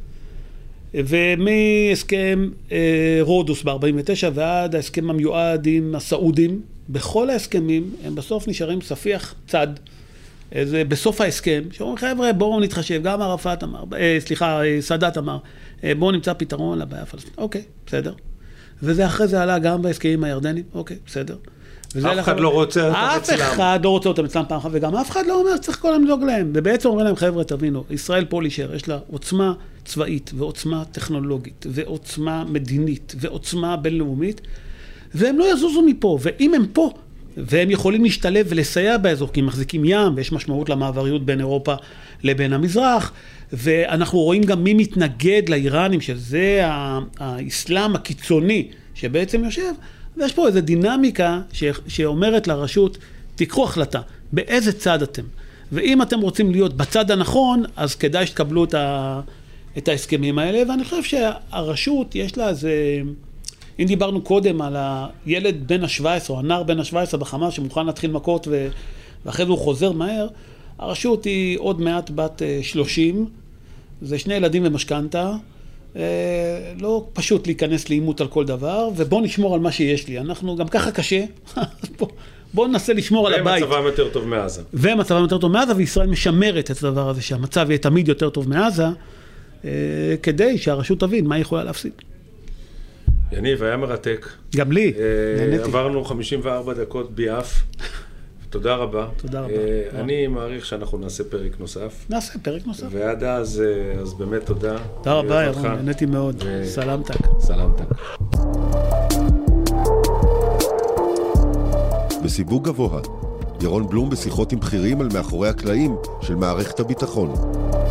ומהסכם רודוס ב-49 ועד ההסכם המיועד עם הסעודים, בכל ההסכמים הם בסוף נשארים ספיח צד, בסוף ההסכם, שאומרים חבר'ה בואו נתחשב, גם ערפאת אמר, סאדאת אמר, בואו נמצא פתרון לבעיה הפלסטינית, אוקיי, בסדר. וזה אחרי זה עלה גם בהסכמים הירדנים, אוקיי, בסדר. אף אחד לא רוצה אותם אצלם. אף אחד לא רוצה אותם אצלם פעם אחת, וגם אף אחד לא אומר, צריך כל הזמן לדאוג להם. ובעצם אומרים להם, חבר'ה, תבינו, ישראל פה להישאר, יש לה עוצמה צבאית, ועוצמה טכנולוגית, ועוצמה מדינית, ועוצמה בינלאומית, והם לא יזוזו מפה. ואם הם פה, והם יכולים להשתלב ולסייע באזור, כי הם מחזיקים ים, ויש משמעות למעבריות בין אירופה לבין המזרח, ואנחנו רואים גם מי מתנגד לאיראנים, שזה האסלאם הקיצוני, שבעצם יושב, ויש פה איזו דינמיקה שאומרת לרשות, תיקחו החלטה, באיזה צד אתם? ואם אתם רוצים להיות בצד הנכון, אז כדאי שתקבלו את ההסכמים האלה, ואני חושב שהרשות יש לה איזה, אם דיברנו קודם על הילד בן ה-17, או הנער בן ה-17 בחמאס, שמוכן להתחיל מכות, ואחרי זה הוא חוזר מהר, הרשות היא עוד מעט בת 30, זה 2 ילדים ומשכנתה, לא פשוט להיכנס לאימות על כל דבר, ובוא נשמור על מה שיש לי. אנחנו גם ככה קשה, בוא ננסה לשמור על הבית. ומצבם יותר טוב מעזה. ומצבם יותר טוב מעזה, וישראל משמרת את הדבר הזה, שהמצב יהיה תמיד יותר טוב מעזה, כדי שהרשות תבין מה היא יכולה להפסיד. יניב, היה מרתק. גם לי, נהניתי. עברנו 54 דקות ביעף. תודה רבה. תודה רבה. אני מעריך שאנחנו נעשה פרק נוסף. נעשה פרק נוסף. ועד אז באמת תודה. תודה רבה, ירון, נהניתי מאוד. סלמתק. סלמתק. בסיווג גבוה, ירון בלום בשיחות עם בכירים על מאחורי הקלעים של מערכת הביטחון.